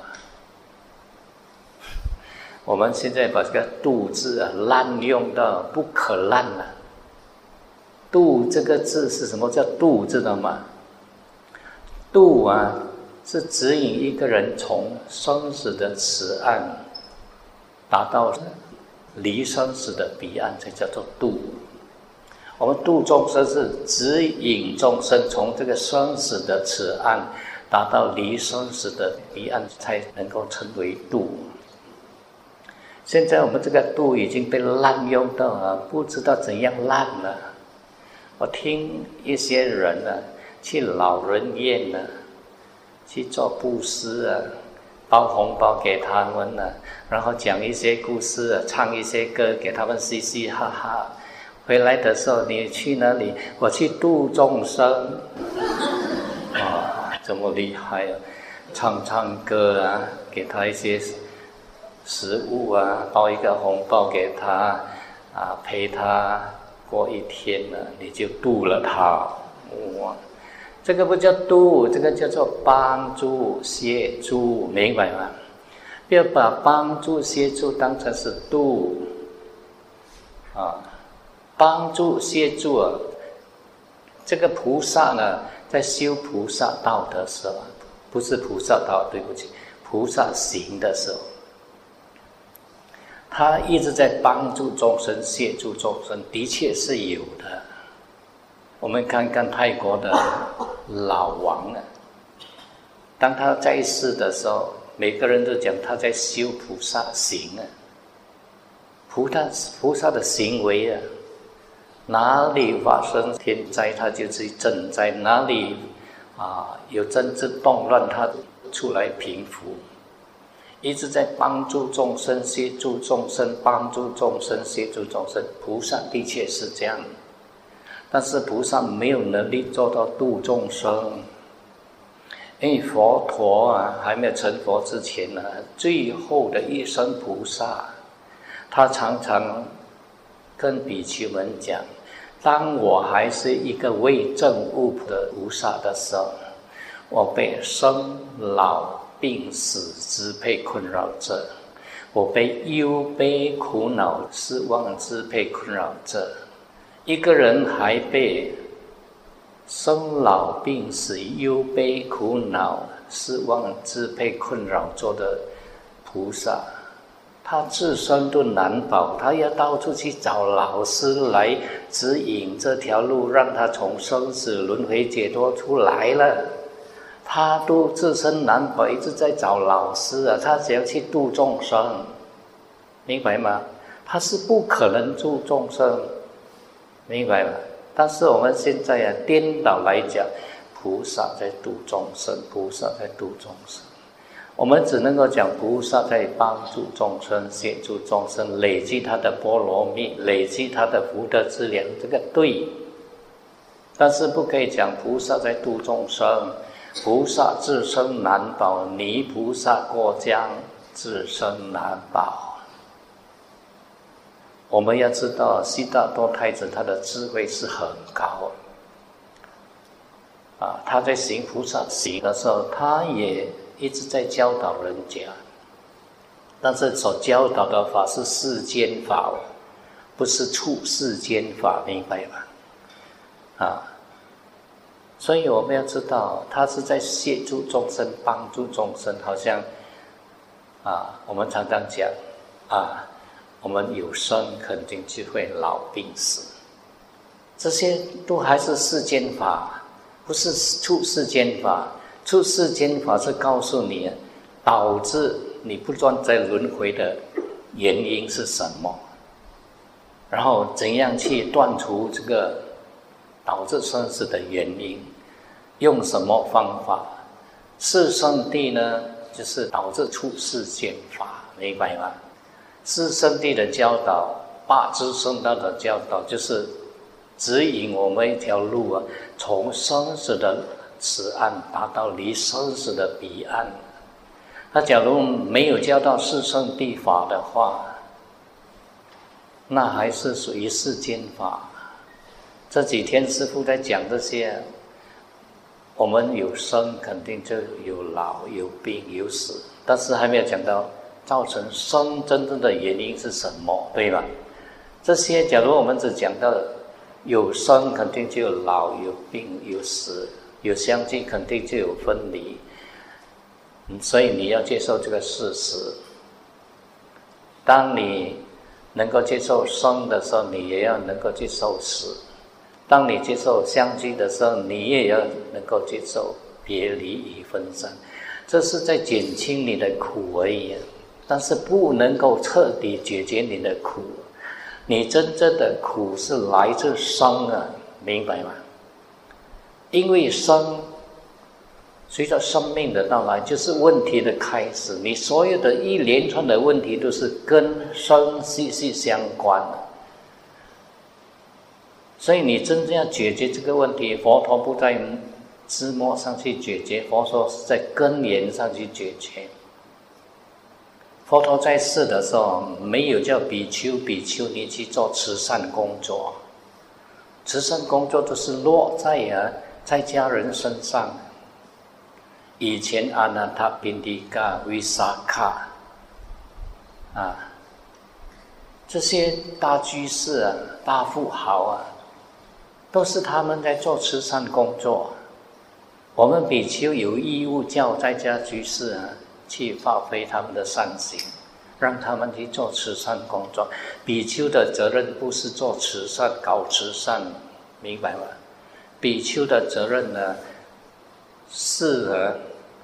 我们现在把这个度字啊滥用到不可滥了。度这个字是什么叫度？知道吗？度啊，是指引一个人从生死的此岸达到离生死的彼岸，才叫做度。我们度众生是指引众生从这个生死的此岸达到离生死的彼岸，才能够称为度。现在我们这个度已经被滥用到啊，不知道怎样滥了。我听一些人啊，去老人院啊，去做布施啊，包红包给他们啊，然后讲一些故事啊，唱一些歌给他们嘻嘻哈哈。回来的时候，你去哪里？我去度众生。啊，这么厉害啊！唱唱歌啊，给他一些食物啊，包一个红包给他啊，陪他过一天了，你就度了他。哇，这个不叫度，这个叫做帮助协助，明白吗？不要把帮助协助当成是度啊。帮助协助啊，这个菩萨呢，在修菩萨道的时候，不是菩萨道，对不起，菩萨行的时候，他一直在帮助众生、协助众生，的确是有的。我们看看泰国的老王啊，当他在世的时候，每个人都讲他在修菩萨行啊，菩萨菩萨的行为啊。哪里发生天灾，他就去赈灾；哪里啊有政治动乱，他出来平复。 一直在帮助众生、协助众生、帮助众生、协助众生。菩萨的确是这样，但是菩萨没有能力做到度众生。因为佛陀啊，还没有成佛之前呢，最后的一生菩萨，他常常跟比丘们讲：当我还是一个未证悟的菩萨的时候，我被生老病死支配困扰着，我被忧悲苦恼失望支配困扰着。一个人还被生老病死忧悲苦恼失望支配困扰着的菩萨，他自身都难保，他要到处去找老师来指引这条路，让他从生死轮回解脱出来了。他都自身难保，一直在找老师啊，他只要去度众生，明白吗？他是不可能度众生，明白吗？但是我们现在啊，颠倒来讲，菩萨在度众生，菩萨在度众生。我们只能够讲菩萨在帮助众生、协助众生，累积他的波罗蜜，累积他的福德资粮，这个对。但是不可以讲菩萨在度众生，菩萨自身难保，泥菩萨过江，自身难保。我们要知道，悉达多太子他的智慧是很高啊，他在行菩萨行的时候，他也一直在教导人家，但是所教导的法是世间法，不是处世间法，明白吗？啊，所以我们要知道，他是在协助众生、帮助众生，好像啊，我们常常讲啊。我们有生肯定就会老病死，这些都还是世间法，不是出世间法。出世间法是告诉你导致你不断在轮回的原因是什么，然后怎样去断除这个导致生死的原因，用什么方法。四圣谛呢，就是导致出世间法，明白吗？四圣谛的教导，八支圣道的教导，就是指引我们一条路啊，从生死的此岸达到离生死的彼岸。那假如没有教到四圣谛法的话，那还是属于世间法。这几天师父在讲这些，我们有生肯定就有老有病有死，但是还没有讲到造成生真正的原因是什么，对吧？这些假如我们只讲到有生肯定就有老有病有死，有相聚肯定就有分离，所以你要接受这个事实。当你能够接受生的时候，你也要能够接受死；当你接受相聚的时候，你也要能够接受别离与分散。这是在减轻你的苦而已，但是不能够彻底解决你的苦。你真正的苦是来自生啊，明白吗？因为生随着生命的到来就是问题的开始，你所有的一连串的问题都是跟生息息相关的。所以你真正要解决这个问题，佛陀不在枝末上去解决，佛陀是在根源上去解决。佛陀在世的时候，没有叫比丘比丘尼去做慈善工作，慈善工作都是落在啊在家人身上。以前阿那塔宾迪嘎维萨卡啊，这些大居士啊、大富豪啊，都是他们在做慈善工作。我们比丘有义务叫在家居士啊去发挥他们的善行，让他们去做慈善工作。比丘的责任不是做慈善、搞慈善，明白吗？比丘的责任呢，是啊，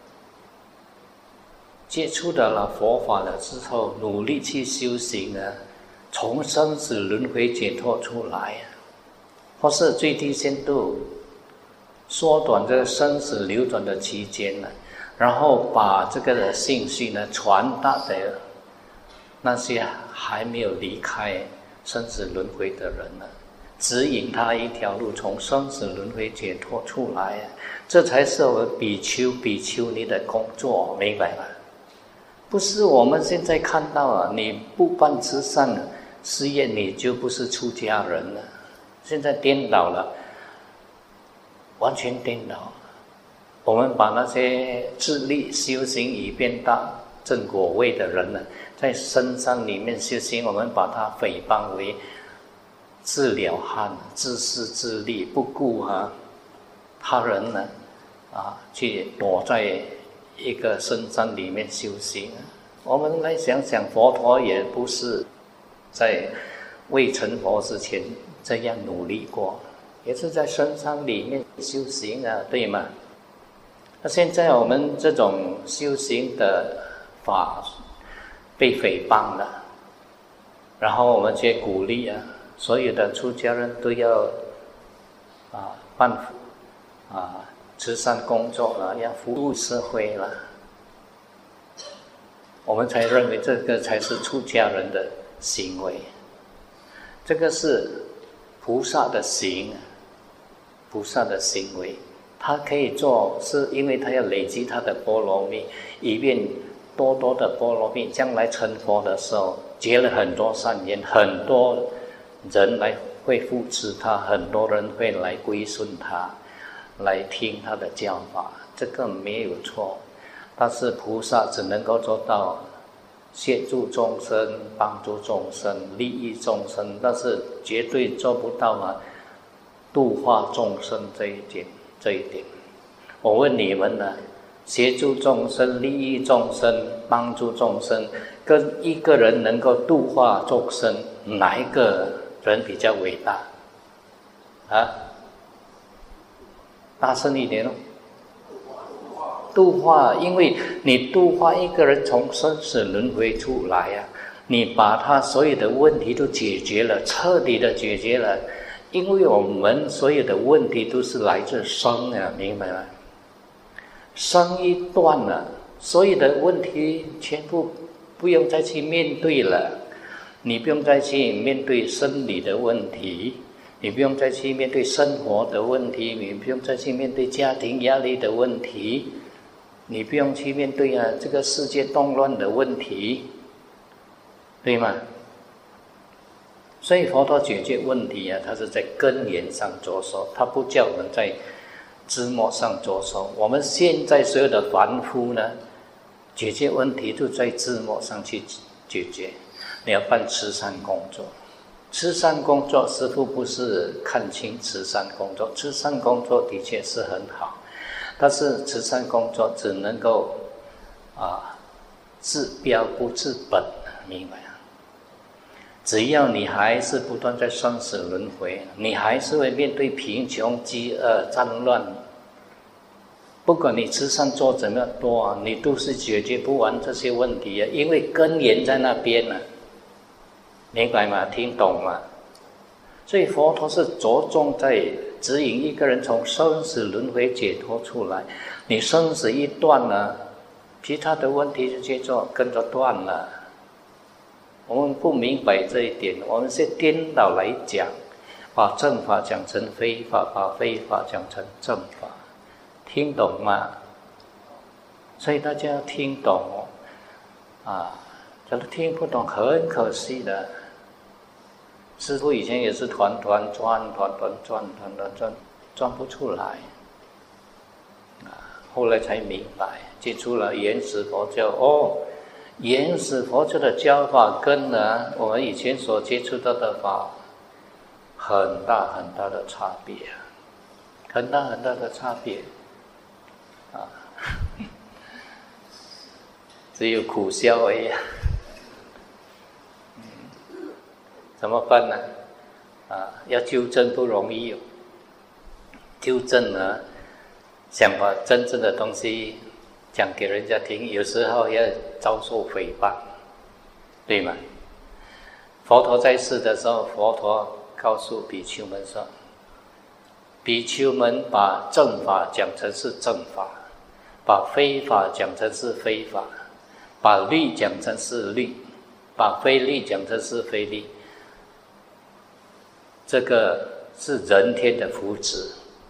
接触到了佛法了之后，努力去修行啊，从生死轮回解脱出来，或是最低限度缩短这生死流转的期间呢， 然后把这个的信息呢传达给那些还没有离开生死轮回的人呢，指引他一条路从生死轮回解脱出来，这才是我们比丘比丘尼的工作，明白吗？不是我们现在看到啊，你不办慈善事业，你就不是出家人了。现在颠倒了，完全颠倒。我们把那些自力修行以变大正果位的人呢，在深山里面修行，我们把它诽谤为自了汉、自私自利，不顾啊他人呢啊去躲在一个深山里面修行。我们来想想，佛陀也不是在未成佛之前这样努力过，也是在深山里面修行啊，对吗？那现在我们这种修行的法被诽谤了，然后我们却鼓励啊，所有的出家人都要啊办啊慈善工作了，要服务社会了，我们才认为这个才是出家人的行为。这个是菩萨的行，菩萨的行为，他可以做，是因为他要累积他的波罗蜜，以便多多的波罗蜜，将来成佛的时候结了很多善缘，很多人来会扶持他，很多人会来归顺他，来听他的教法，这个没有错。但是菩萨只能够做到协助众生、帮助众生、利益众生，但是绝对做不到啊度化众生这一点。这一点，我问你们呢，协助众生、利益众生、帮助众生，跟一个人能够度化众生，哪一个人比较伟大？啊，大声一点哦！度化，因为你度化一个人从生死轮回出来啊，你把他所有的问题都解决了，彻底的解决了。因为我们所有的问题都是来自生啊，明白吗？生一断了，所有的问题全部不用再去面对了。你不用再去面对生理的问题，你不用再去面对生活的问题，你不用再去面对家庭压力的问题，你不用去面对啊这个世界动乱的问题，对吗？所以佛陀解决问题啊，他是在根源上着手，他不叫我们在枝末上着手。我们现在所有的凡夫呢，解决问题都在枝末上去解决。你要办慈善工作，慈善工作师父不是看清慈善工作，慈善工作的确是很好，但是慈善工作只能够啊治标不治本，明白？只要你还是不断在生死轮回，你还是会面对贫穷、饥饿、战乱。不管你慈善做怎么多啊，你都是解决不完这些问题啊，因为根源在那边呢、啊，明白吗？听懂吗？所以佛陀是着重在指引一个人从生死轮回解脱出来。你生死一断呢，其他的问题就接着跟着断了。我们不明白这一点，我们是颠倒来讲，把正法讲成非法，把非法讲成正法，听懂吗？所以大家要听懂哦，啊，假如听不懂，很可惜的。师父以前也是团团转，团团转，团团转，转不出来，啊，后来才明白，接触了原始佛教，哦。原始佛教的教法跟呢我们以前所接触到的法很大很大的差别，很大很大的差别啊！只有苦笑而已、嗯、怎么办呢？啊，要纠正不容易、哦、纠正呢，想把真正的东西讲给人家听，有时候要遭受诽谤，对吗？佛陀在世的时候，佛陀告诉比丘们说，比丘们把正法讲成是正法， 把非法讲成是非法，把律讲成是律，把非律讲成是非律，这个是人天的福祉。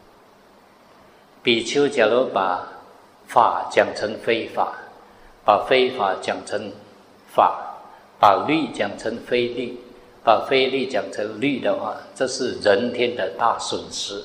比丘假如把法讲成非法，把非法讲成法，把律讲成非律，把非律讲成律的话，这是人天的大损失。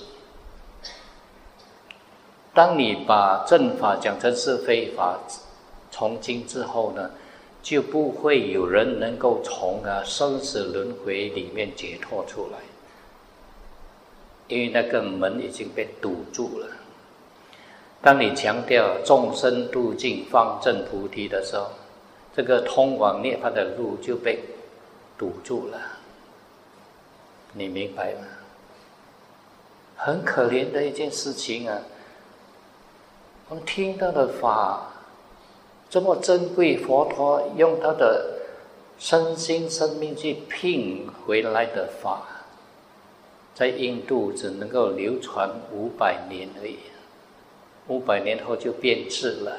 当你把正法讲成是非法，从今之后呢，就不会有人能够从啊生死轮回里面解脱出来，因为那个门已经被堵住了。当你强调众生度尽方证菩提的时候，这个通往涅槃的路就被堵住了，你明白吗？很可怜的一件事情啊！我们听到的法这么珍贵，佛陀用他的身心生命去拼回来的法，在印度只能够流传五百年而已，五百年后就变质了。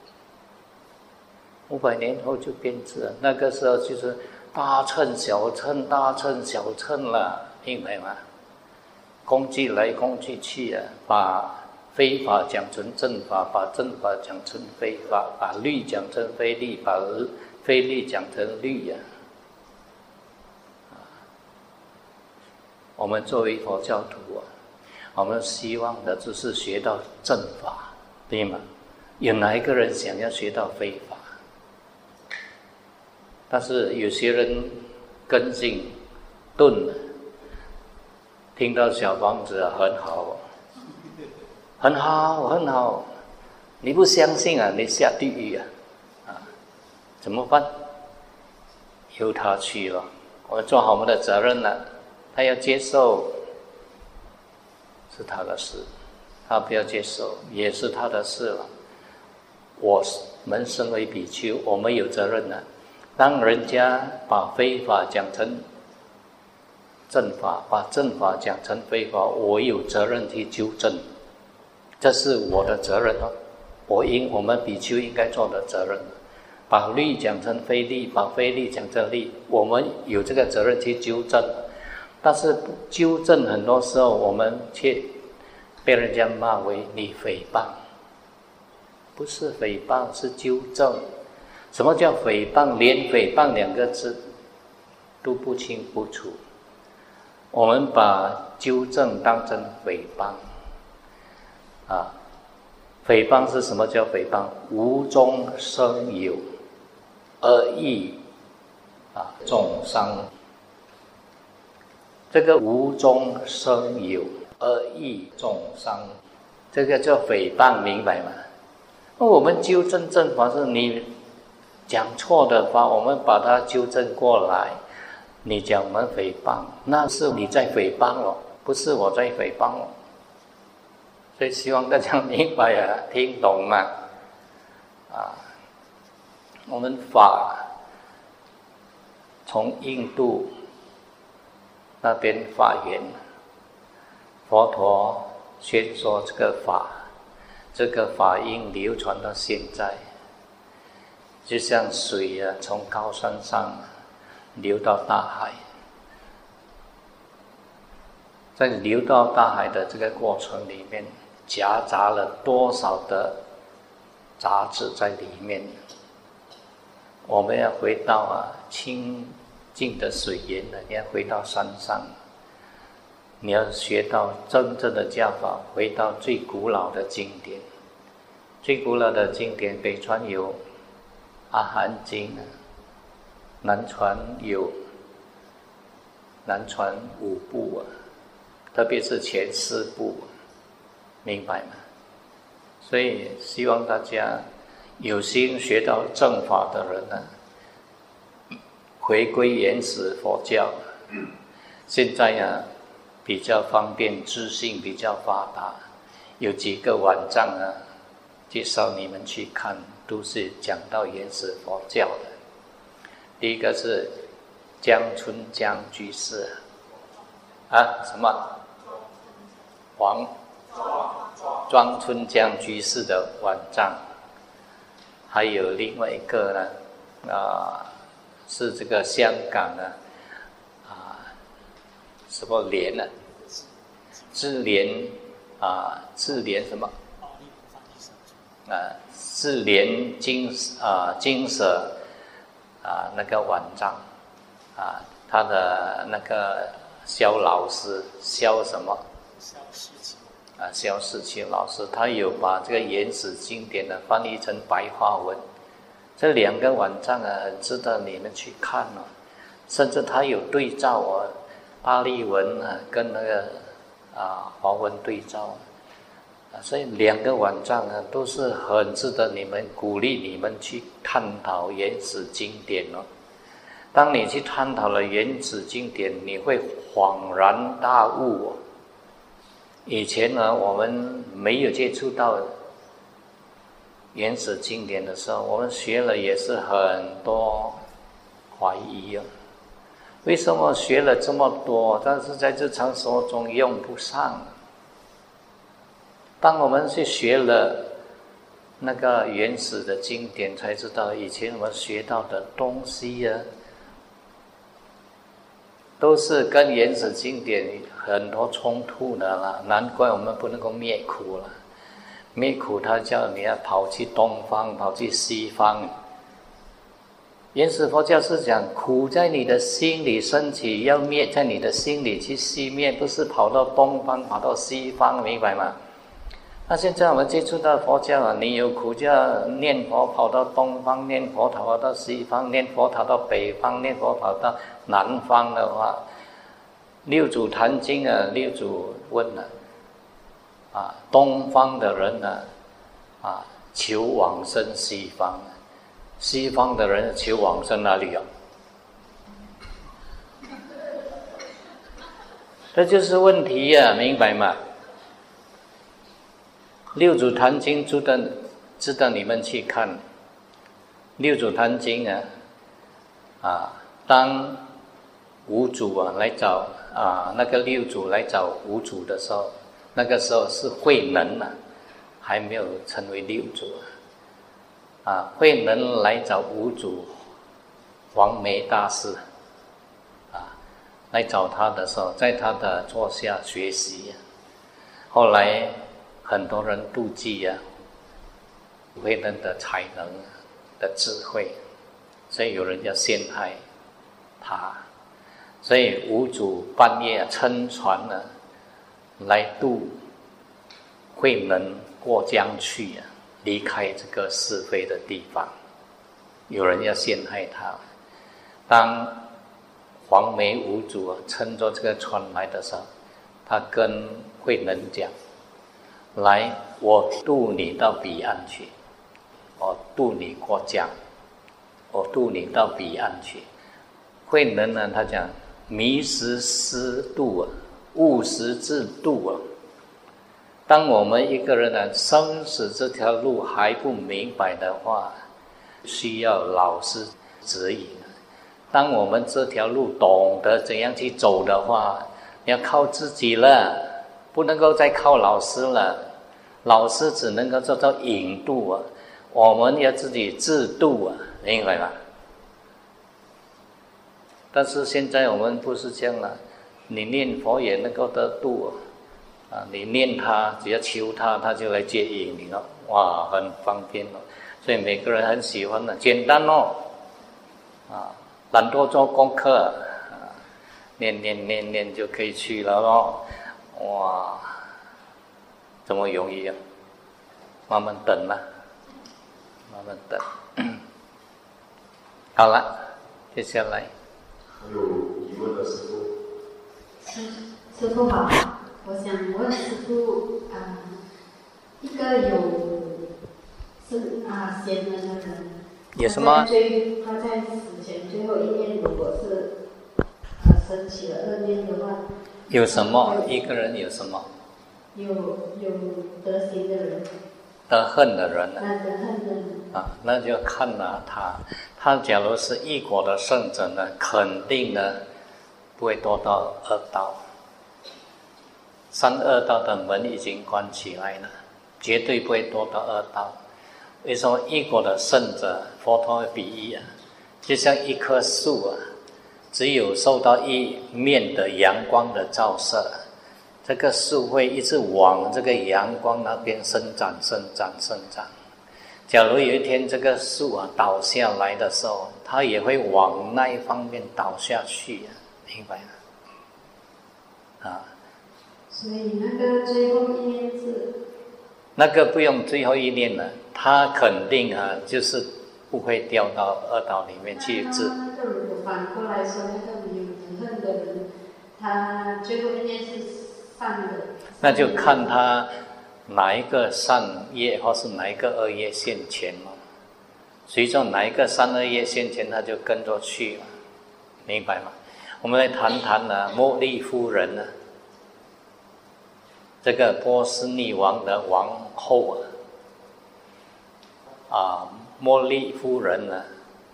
五百年后就变质了，那个时候就是大乘小乘，大乘小乘了，明白吗？工具来工具去啊，把非法讲成正法，把正法讲成非法，把律讲成非律，把非律讲成律啊！我们作为佛教徒啊，我们希望的就是学到正法，对吗？有哪一个人想要学到非法？但是有些人根性钝了，听到小房子啊很好，很好，很好，你不相信啊，你下地狱啊！啊，怎么办？由他去了，我们做好我们的责任了。他要接受是他的事，他不要接受也是他的事了。我们身为比丘，我们有责任了。当人家把非法讲成正法，把正法讲成非法，我有责任去纠正，这是我的责任哦。我应我们比丘应该做的责任。把律讲成非律，把非律讲成律，我们有这个责任去纠正。但是纠正很多时候我们却被人家骂为你诽谤，不是诽谤，是纠正。什么叫诽谤？连诽谤两个字都不清不楚，我们把纠正当成诽谤啊！诽谤是什么叫诽谤？无中生有，而益啊众伤。这个无中生有，而益众伤，这个叫诽谤，明白吗？那我们纠正正法是你讲错的法，我们把它纠正过来。你讲我们诽谤，那是你在诽谤哦，不是我在诽谤哦。所以希望大家明白啊，听懂吗？啊，我们法从印度那边发源，佛陀宣说这个法，这个法音流传到现在。就像水啊，从高山上流到大海，在流到大海的这个过程里面，夹杂了多少的杂质在里面。我们要回到啊清净的水源了，你要回到山上，你要学到真正的教法，回到最古老的经典。最古老的经典，北传有阿含经，南传有南传五部啊，特别是前四部，明白吗？所以希望大家有心学到正法的人呢，回归原始佛教。现在呀、啊，比较方便，资讯比较发达，有几个网站啊，介绍你们去看，都是讲到原始佛教的。第一个是江春江居士啊，什么黄庄春江居士的碗藏，还有另外一个呢，啊，是这个香港的啊，什么莲呢？智莲啊，智莲什么？啊，智莲金啊金舍啊那个碗藏啊，他的那个肖老师肖什么？肖世奇啊，肖世奇老师，他有把这个原始经典呢翻译成白话文。这两个碗藏啊，很值得你们去看哦。甚至他有对照哦，巴利文啊跟那个啊华文对照啊，所以两个碗藏啊都是很值得你们鼓励你们去探讨原始经典哦。当你去探讨了原始经典，你会恍然大悟哦。以前呢，我们没有接触到原始经典的时候，我们学了也是很多怀疑啊。为什么学了这么多，但是在日常生活中用不上？当我们去学了那个原始的经典，才知道以前我们学到的东西啊，都是跟原始经典很多冲突的啦。难怪我们不能够灭苦了。灭苦，他叫你要跑去东方，跑去西方。原始佛教是讲苦在你的心里升起，要灭在你的心里去熄灭，不是跑到东方跑到西方，明白吗？那现在我们接触到佛教啊，你有苦就要念佛跑到东方，念佛跑到西方，念佛跑到北方，念佛跑到南方的话，六祖坛经啊，六祖问了啊，东方的人呢啊求往生西方，西方的人求往生哪里啊？这就是问题呀、啊，明白吗？六祖坛经值得值得你们去看。六祖坛经啊，啊，当五祖啊来找啊那个六祖来找五祖的时候，那个时候是慧能啊，还没有成为六祖啊。啊，慧能来找五祖黄梅大师啊，来找他的时候，在他的座下学习、啊。后来很多人妒忌啊，慧能的才能的智慧，所以有人要陷害他，所以五祖半夜啊乘船呢、啊、来渡慧能过江去啊，离开这个是非的地方，有人要陷害他。当黄梅五祖啊乘着这个船来的时候，他跟慧能讲，来，我渡你到彼岸去，我渡你过江，我渡你到彼岸去。慧能呢，他讲迷时思度啊，悟时自度啊。当我们一个人呢，生死这条路还不明白的话，需要老师指引。当我们这条路懂得怎样去走的话，要靠自己了，不能够再靠老师了。老师只能够做到引渡啊，我们要自己自渡啊，明白吗？但是现在我们不是这样了，你念佛也能够得度啊，啊，你念他，只要求他，他就来接引你了，哇，很方便哦。所以每个人很喜欢的，简单哦，啊，懒惰做功课，啊，念念念念就可以去了咯，哇。这么容易啊？慢慢等啦，慢慢等。好了，接下来。 还有疑问的师父。 师师父好，我想问师父啊、呃，一个有是啊贤能的人， 有什么？ 他在最他在死前最后一念，如果是呃升起了恶念的话， 有什么？一个人有什么？ 有有德行的人， 得恨的人呢、 啊？得恨的人啊，那就看了他。他假如是一果的圣者呢，肯定呢不会堕到恶道。三恶道的门已经关起来了， 绝对不会堕到恶道。为什么一果的圣者，佛陀的比喻啊，就像一棵树啊，只有受到一面的阳光的照射，这个树会一直往这个阳光那边生长、生长、生长。假如有一天这个树啊倒下来的时候，它也会往那一方面倒下去啊，明白吗？啊， 所以那个最后一念是， 那个不用最后一念了，他肯定啊，就是不会掉到恶道里面去。 那那个如果反过来说，那个没有仇恨的人，他最后一念是善的， 那就看他哪一个善业或是哪一个恶业现前嘛。随着哪一个善恶业现前，他就跟着去了，明白吗？我们来谈谈呢，茉莉夫人呢，这个波斯匿王的王后啊，啊，茉莉夫人呢，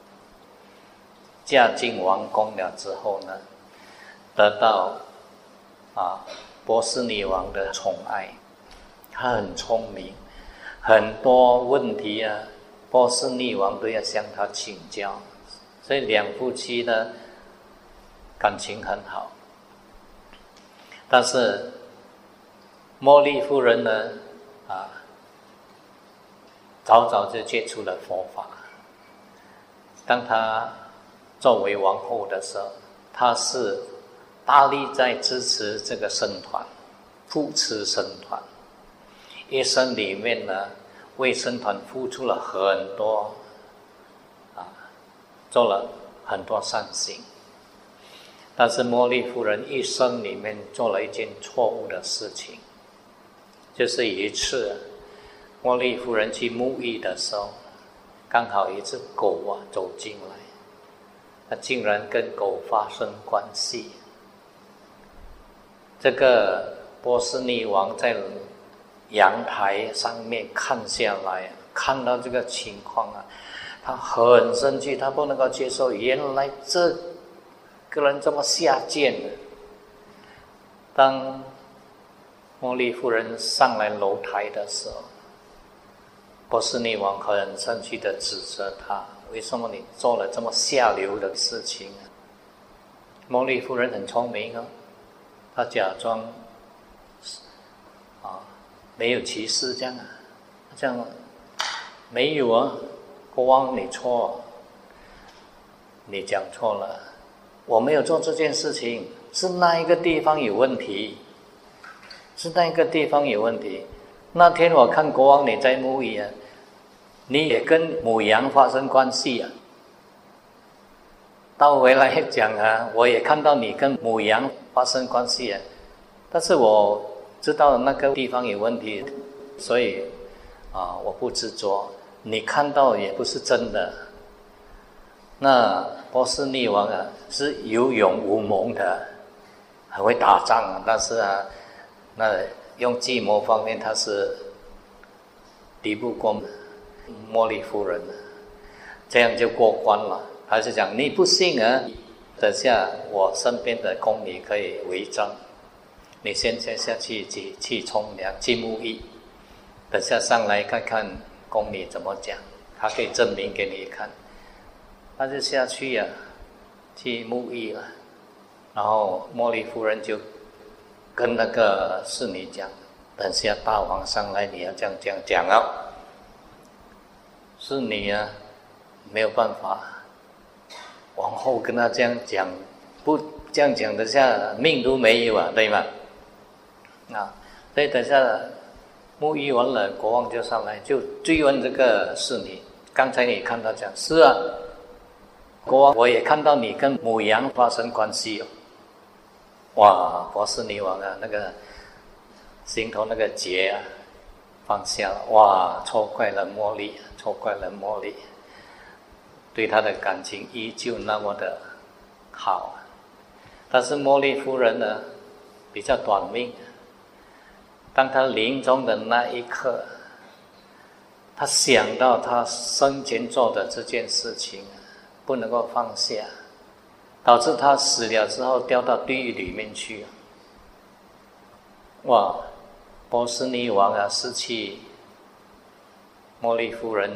嫁进王宫了之后呢，得到啊波斯匿王的宠爱，她很聪明，很多问题啊，波斯匿王都要向她请教，所以两夫妻呢感情很好。但是茉莉夫人呢，啊，早早就接触了佛法。当她作为王后的时候，她是大力在支持这个僧团，扶持僧团，一生里面呢，为僧团付出了很多，啊，做了很多善行。但是茉莉夫人一生里面做了一件错误的事情，就是有一次，茉莉夫人去沐浴的时候，刚好一只狗啊走进来，她竟然跟狗发生关系。这个波斯匿王在阳台上面看下来，看到这个情况啊，他很生气，他不能够接受，原来这个人这么下贱。当茉莉夫人上来楼台的时候，波斯匿王很生气地指责他，为什么你做了这么下流的事情啊？茉莉夫人很聪明哦，她假装啊没有歧视这样啊，这样没有啊，国王你错，你讲错了，我没有做这件事情，是那一个地方有问题，是那一个地方有问题。那天我看国王你在沐浴啊，你也跟母羊发生关系啊。倒回来讲啊，我也看到你跟母羊发生关系啊，但是我知道那个地方有问题，所以啊，我不执着。你看到也不是真的。那波斯匿王啊，是有勇无谋的，很会打仗啊，但是啊，那用计谋方面他是敌不过茉莉夫人的，这样就过关了。他就讲你不信啊，等下我身边的宫女可以为证，你先先下去去去冲凉去沐浴，等下上来看看宫女怎么讲，他可以证明给你看。他就下去啊，去沐浴了，然后茉莉夫人就跟那个侍女讲，等下大王上来你要这样这样讲啊。侍女啊没有办法，王后跟他这样讲，不这样讲等下命都没有啊，对吗？啊，所以等下沐浴完了，国王就上来就追问这个侍女，刚才你看他讲是啊，国王我也看到你跟母羊发生关系哦。哇，波斯匿王啊，那个心头那个结啊放下了，哇，错怪了茉莉，错怪了茉莉，对他的感情依旧那么的好。但是茉莉夫人呢比较短命，当她临终的那一刻，她想到她生前做的这件事情不能够放下，导致她死了之后掉到地狱里面去。哇，波斯匿王啊失去茉莉夫人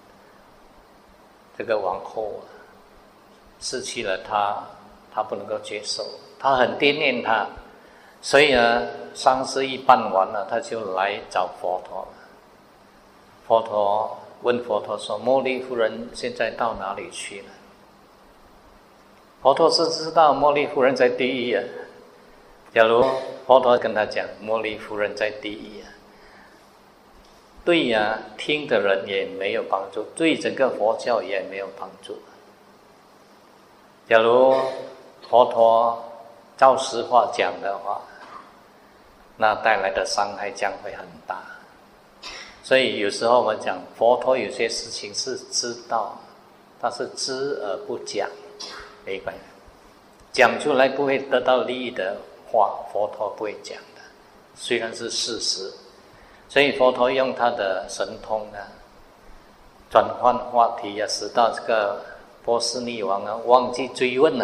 这个王后失去了她，她不能够接受，她很惦念她，所以呢，丧事一办完了，她就来找佛陀。佛陀问佛陀说：“茉莉夫人现在到哪里去了？”佛陀是知道茉莉夫人在地狱啊。假如佛陀跟他讲茉莉夫人在地狱啊，对呀、啊，听的人也没有帮助，对整个佛教也没有帮助。假如佛陀照实话讲的话，那带来的伤害将会很大。所以有时候我们讲佛陀有些事情是知道，但是知而不讲，没关系，讲出来不会得到利益的话，佛陀不会讲的，虽然是事实。所以佛陀用他的神通呢，转换话题啊，使到这个波斯匿王啊忘记追问了。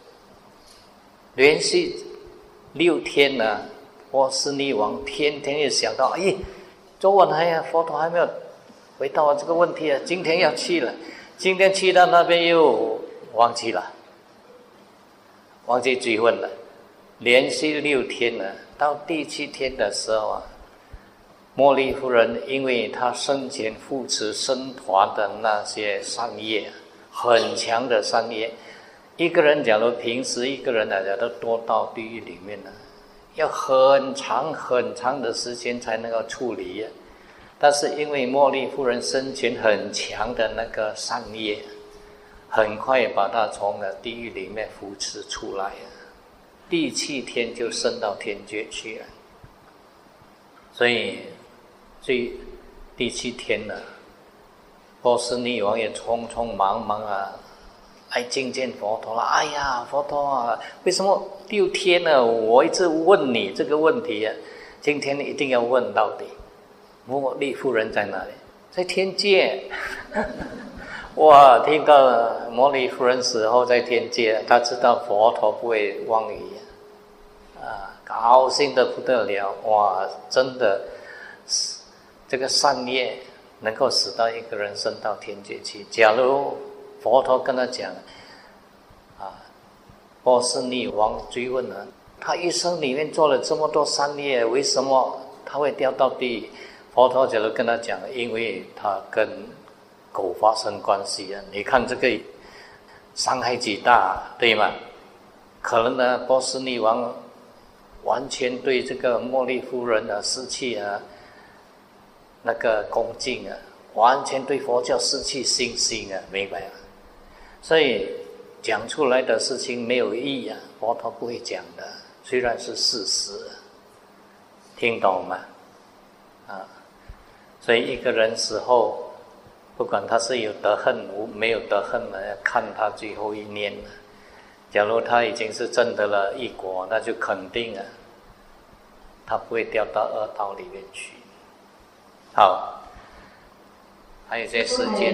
连续六天呢，波斯匿王天天也想到，哎，昨晚还呀，佛陀还没有回答我这个问题啊，今天要去了，今天去到那边又忘记了，忘记追问了，连续六天呢，到第七天的时候啊，茉莉夫人因为她生前扶持僧团的那些善业，很强的善业，一个人假如平时一个人来讲都多到地狱里面呢，要很长很长的时间才能够处理。但是因为茉莉夫人生前很强的那个善业，很快把她从了地狱里面扶持出来，第七天就升到天界去了。所以最第七天呢，波斯匿王也匆匆忙忙啊来觐见佛陀了。哎呀，佛陀啊，为什么六天呢？我一直问你这个问题啊，今天一定要问到底。茉莉夫人在哪里？在天界。哇，听到茉莉夫人死后在天界，他知道佛陀不会忘记啊，高兴得不得了。哇，真的这个善业能够使到一个人升到天界去。假如佛陀跟他讲啊，波斯匿王追问了，他一生里面做了这么多善业，为什么他会掉到地狱？佛陀假如跟他讲，因为他跟狗发生关系啊，你看这个伤害极大，对吗？可能呢，波斯匿王完全对这个茉莉夫人啊失去啊那个恭敬啊，完全对佛教失去信心啊，明白吗？所以讲出来的事情没有意义啊，佛陀不会讲的，虽然是事实，听懂吗？啊，所以一个人死后，不管他是有得恨没有得恨呢，要看他最后一念了。假如他已经是证得了一果，那就肯定啊，他不会掉到恶道里面去。好，还有一些时间。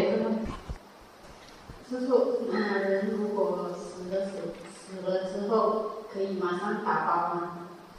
师父，嗯，人如果死了死死了之后，可以马上打包吗？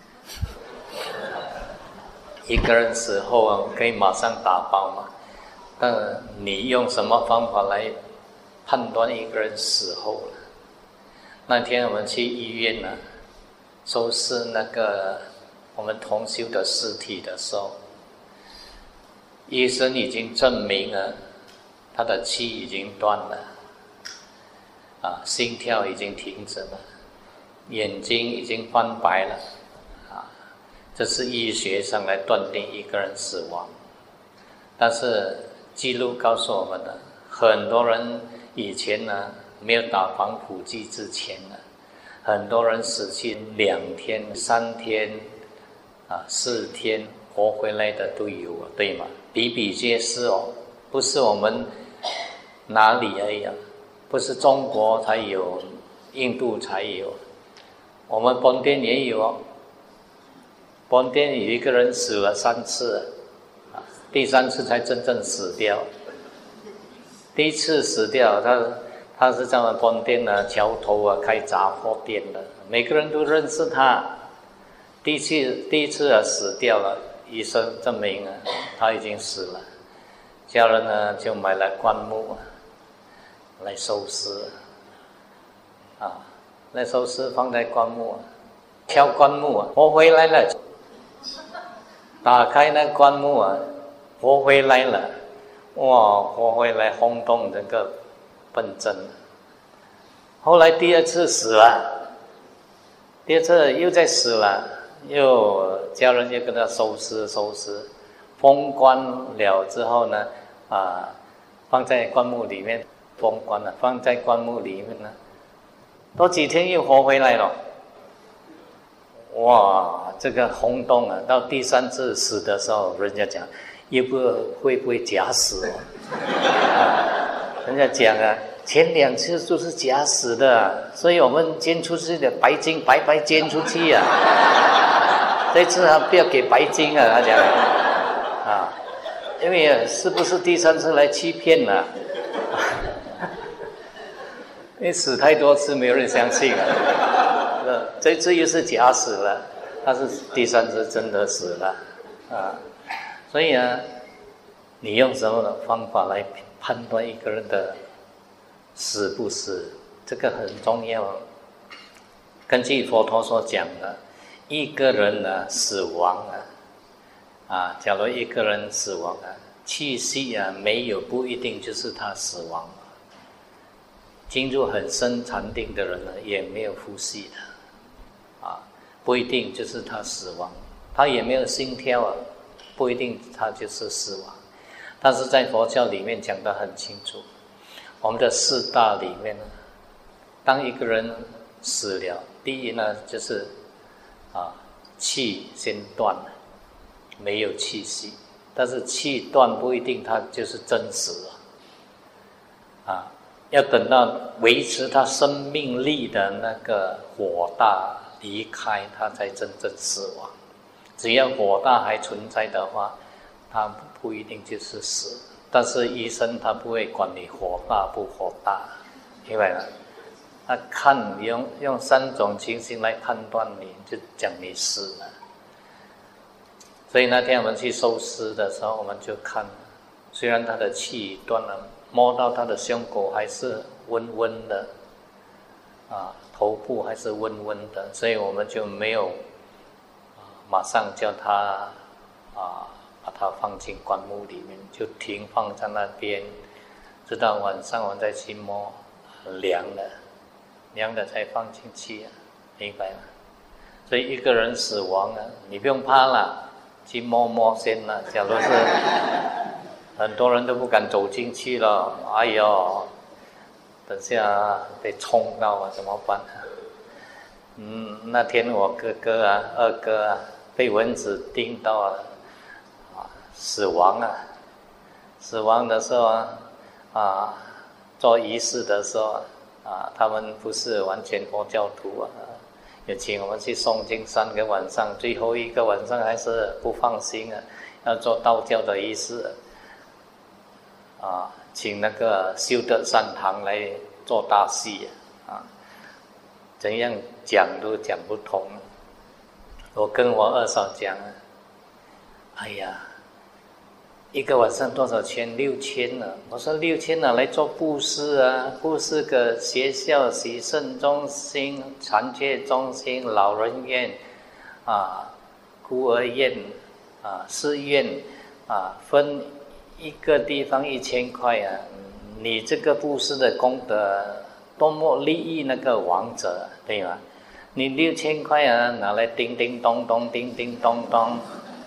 一个人死后啊，可以马上打包吗？但你用什么方法来判断一个人死后了？那天我们去医院呢、啊，收拾那个我们同修的尸体的时候，医生已经证明了他的气已经断了，啊，心跳已经停止了，眼睛已经翻白了，啊，这是医学上来断定一个人死亡。但是记录告诉我们的，很多人以前呢没有打防腐剂之前呢，很多人死去两天、三天、啊四天活回来的都有，对吗？比比皆是哦，不是我们哪里而已啊，不是中国才有，印度才有，我们本地也有哦。本地有一个人死了三次，啊，第三次才真正死掉。第一次死掉，他他是在我们本地呢桥头啊开杂货店的，每个人都认识他。第一次第一次啊死掉了，医生证明啊他已经死了。 家人呢就买了棺木来收尸啊，来收尸放在棺木，敲棺木啊，活回来了。打开那棺木啊，活回来了，哇，活回来轰动整个本镇。后来第二次死了，第二次又再死了，又家人又跟他收尸收尸，封棺了之后呢，啊，放在棺木里面，封棺了，放在棺木里面呢，多几天又活回来了。哇，这个轰动啊！到第三次死的时候，人家讲，又不会不会假死哦？啊、人家讲啊，前两次都是假死的、啊，所以我们捐出去的白金白白捐出去啊。啊这次他不要给白金啊，他讲啊，因为是不是第三次来欺骗啊？因为死太多次，没有人相信啊。这次又是假死了，但是第三次真的死了啊！所以啊，你用什么的方法来判断一个人的死不死，这个很重要。根据佛陀所讲的，一个人呢死亡啊，啊，假如一个人死亡啊，气息啊没有，不一定就是他死亡。进入很深禅定的人呢，也没有呼吸的。啊，不一定就是他死亡，他也没有心跳啊，不一定他就是死亡。但是在佛教里面讲得很清楚，我们的四大里面呢，当一个人死了，第一呢就是啊气先断了，没有气息，但是气断不一定他就是真死啊，啊，要等到维持他生命力的那个火大离开，他才真正死亡。只要火大还存在的话，他不一定就是死。但是医生他不会管你火大不火大，明白吗？他看你用用三种情形来判断你，就讲你死了。所以那天我们去收尸的时候，我们就看，虽然他的气断了，摸到他的胸口还是温温的，啊。头部还是温温的，所以我们就没有、啊、马上叫他啊把它放进棺木里面，就停放在那边，直到晚上我们再去摸，凉了，凉了才放进去啊，明白吗？所以一个人死亡了，你不用怕了，去摸摸先了。假如是很多人都不敢走进去了，哎呦。等下被冲到啊，怎么办啊？嗯，那天我哥哥啊、二哥啊，被蚊子叮到啊，啊，死亡啊！死亡的时候啊，啊，做仪式的时候啊，他们不是完全佛教徒啊，也请我们去诵经三个晚上，最后一个晚上还是不放心啊，要做道教的仪式啊。请那个修德善堂来做大戏啊，怎样讲都讲不通。我跟我二嫂讲，哎呀，一个晚上多少钱？六千了。我说六千哪来做布施啊？布施个学校、洗肾中心、残缺中心、老人院啊、孤儿院啊、寺院啊，分。一个地方一千块啊，你这个布施的功德多么利益那个亡者，对吗？你六千块啊，拿来叮叮咚咚，叮叮咚咚，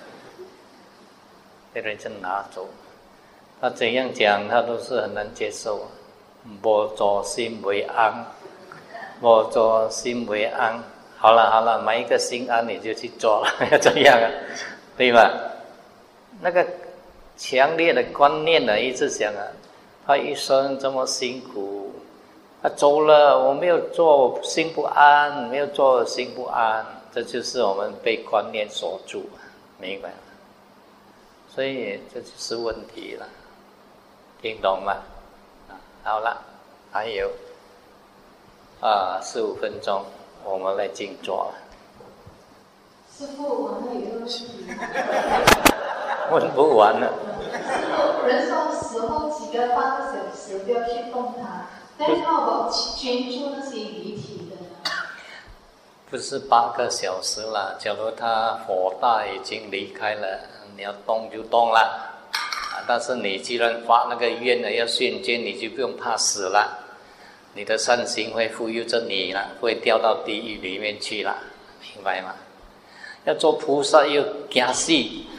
被人家拿走，他怎样讲他都是很难接受。无助心为安，无助心为安。好了好了，买一个心安你就去做了，要这样啊，对吧？那个。强烈的观念呢，一直想啊，他一生这么辛苦，他走了，我没有做，心不安，没有做，心不安，这就是我们被观念锁住，明白吗？所以这就是问题了，听懂吗？好了，还有啊十五分钟，我们来静坐。 师父，我还有一个问题。 问不完了。 人说时候几个半个小时不要去动它，但是我捐助那些遗体的呢？ 不是八个小时了，假如他火大已经离开了，你要动就动了，啊，但是你既然发那个愿了，要瞬间，你就不用怕死了，你的善行会护佑着你了，会掉到地狱里面去了，明白吗？要做菩萨又惊死，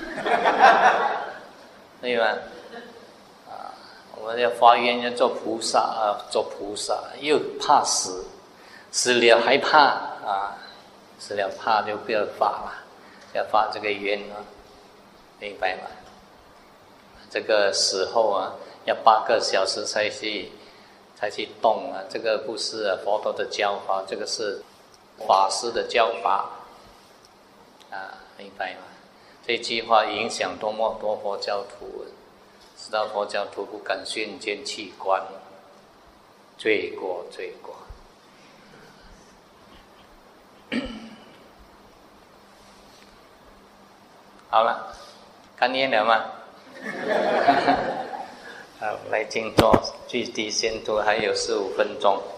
对吧？啊，我们要发愿要做菩萨啊，做菩萨又怕死，死了还怕啊，死了怕就不要发了，要发这个愿啊，明白吗？这个时候啊，要八个小时才去才去动啊，这个不是佛陀的教法，这个是法师的教法。啊，明白吗？这句话影响多么多佛教徒，知道佛教徒不敢瞬间器官，罪过罪过。好了，干念了吗？好，来静坐，距离先读还有十五分钟。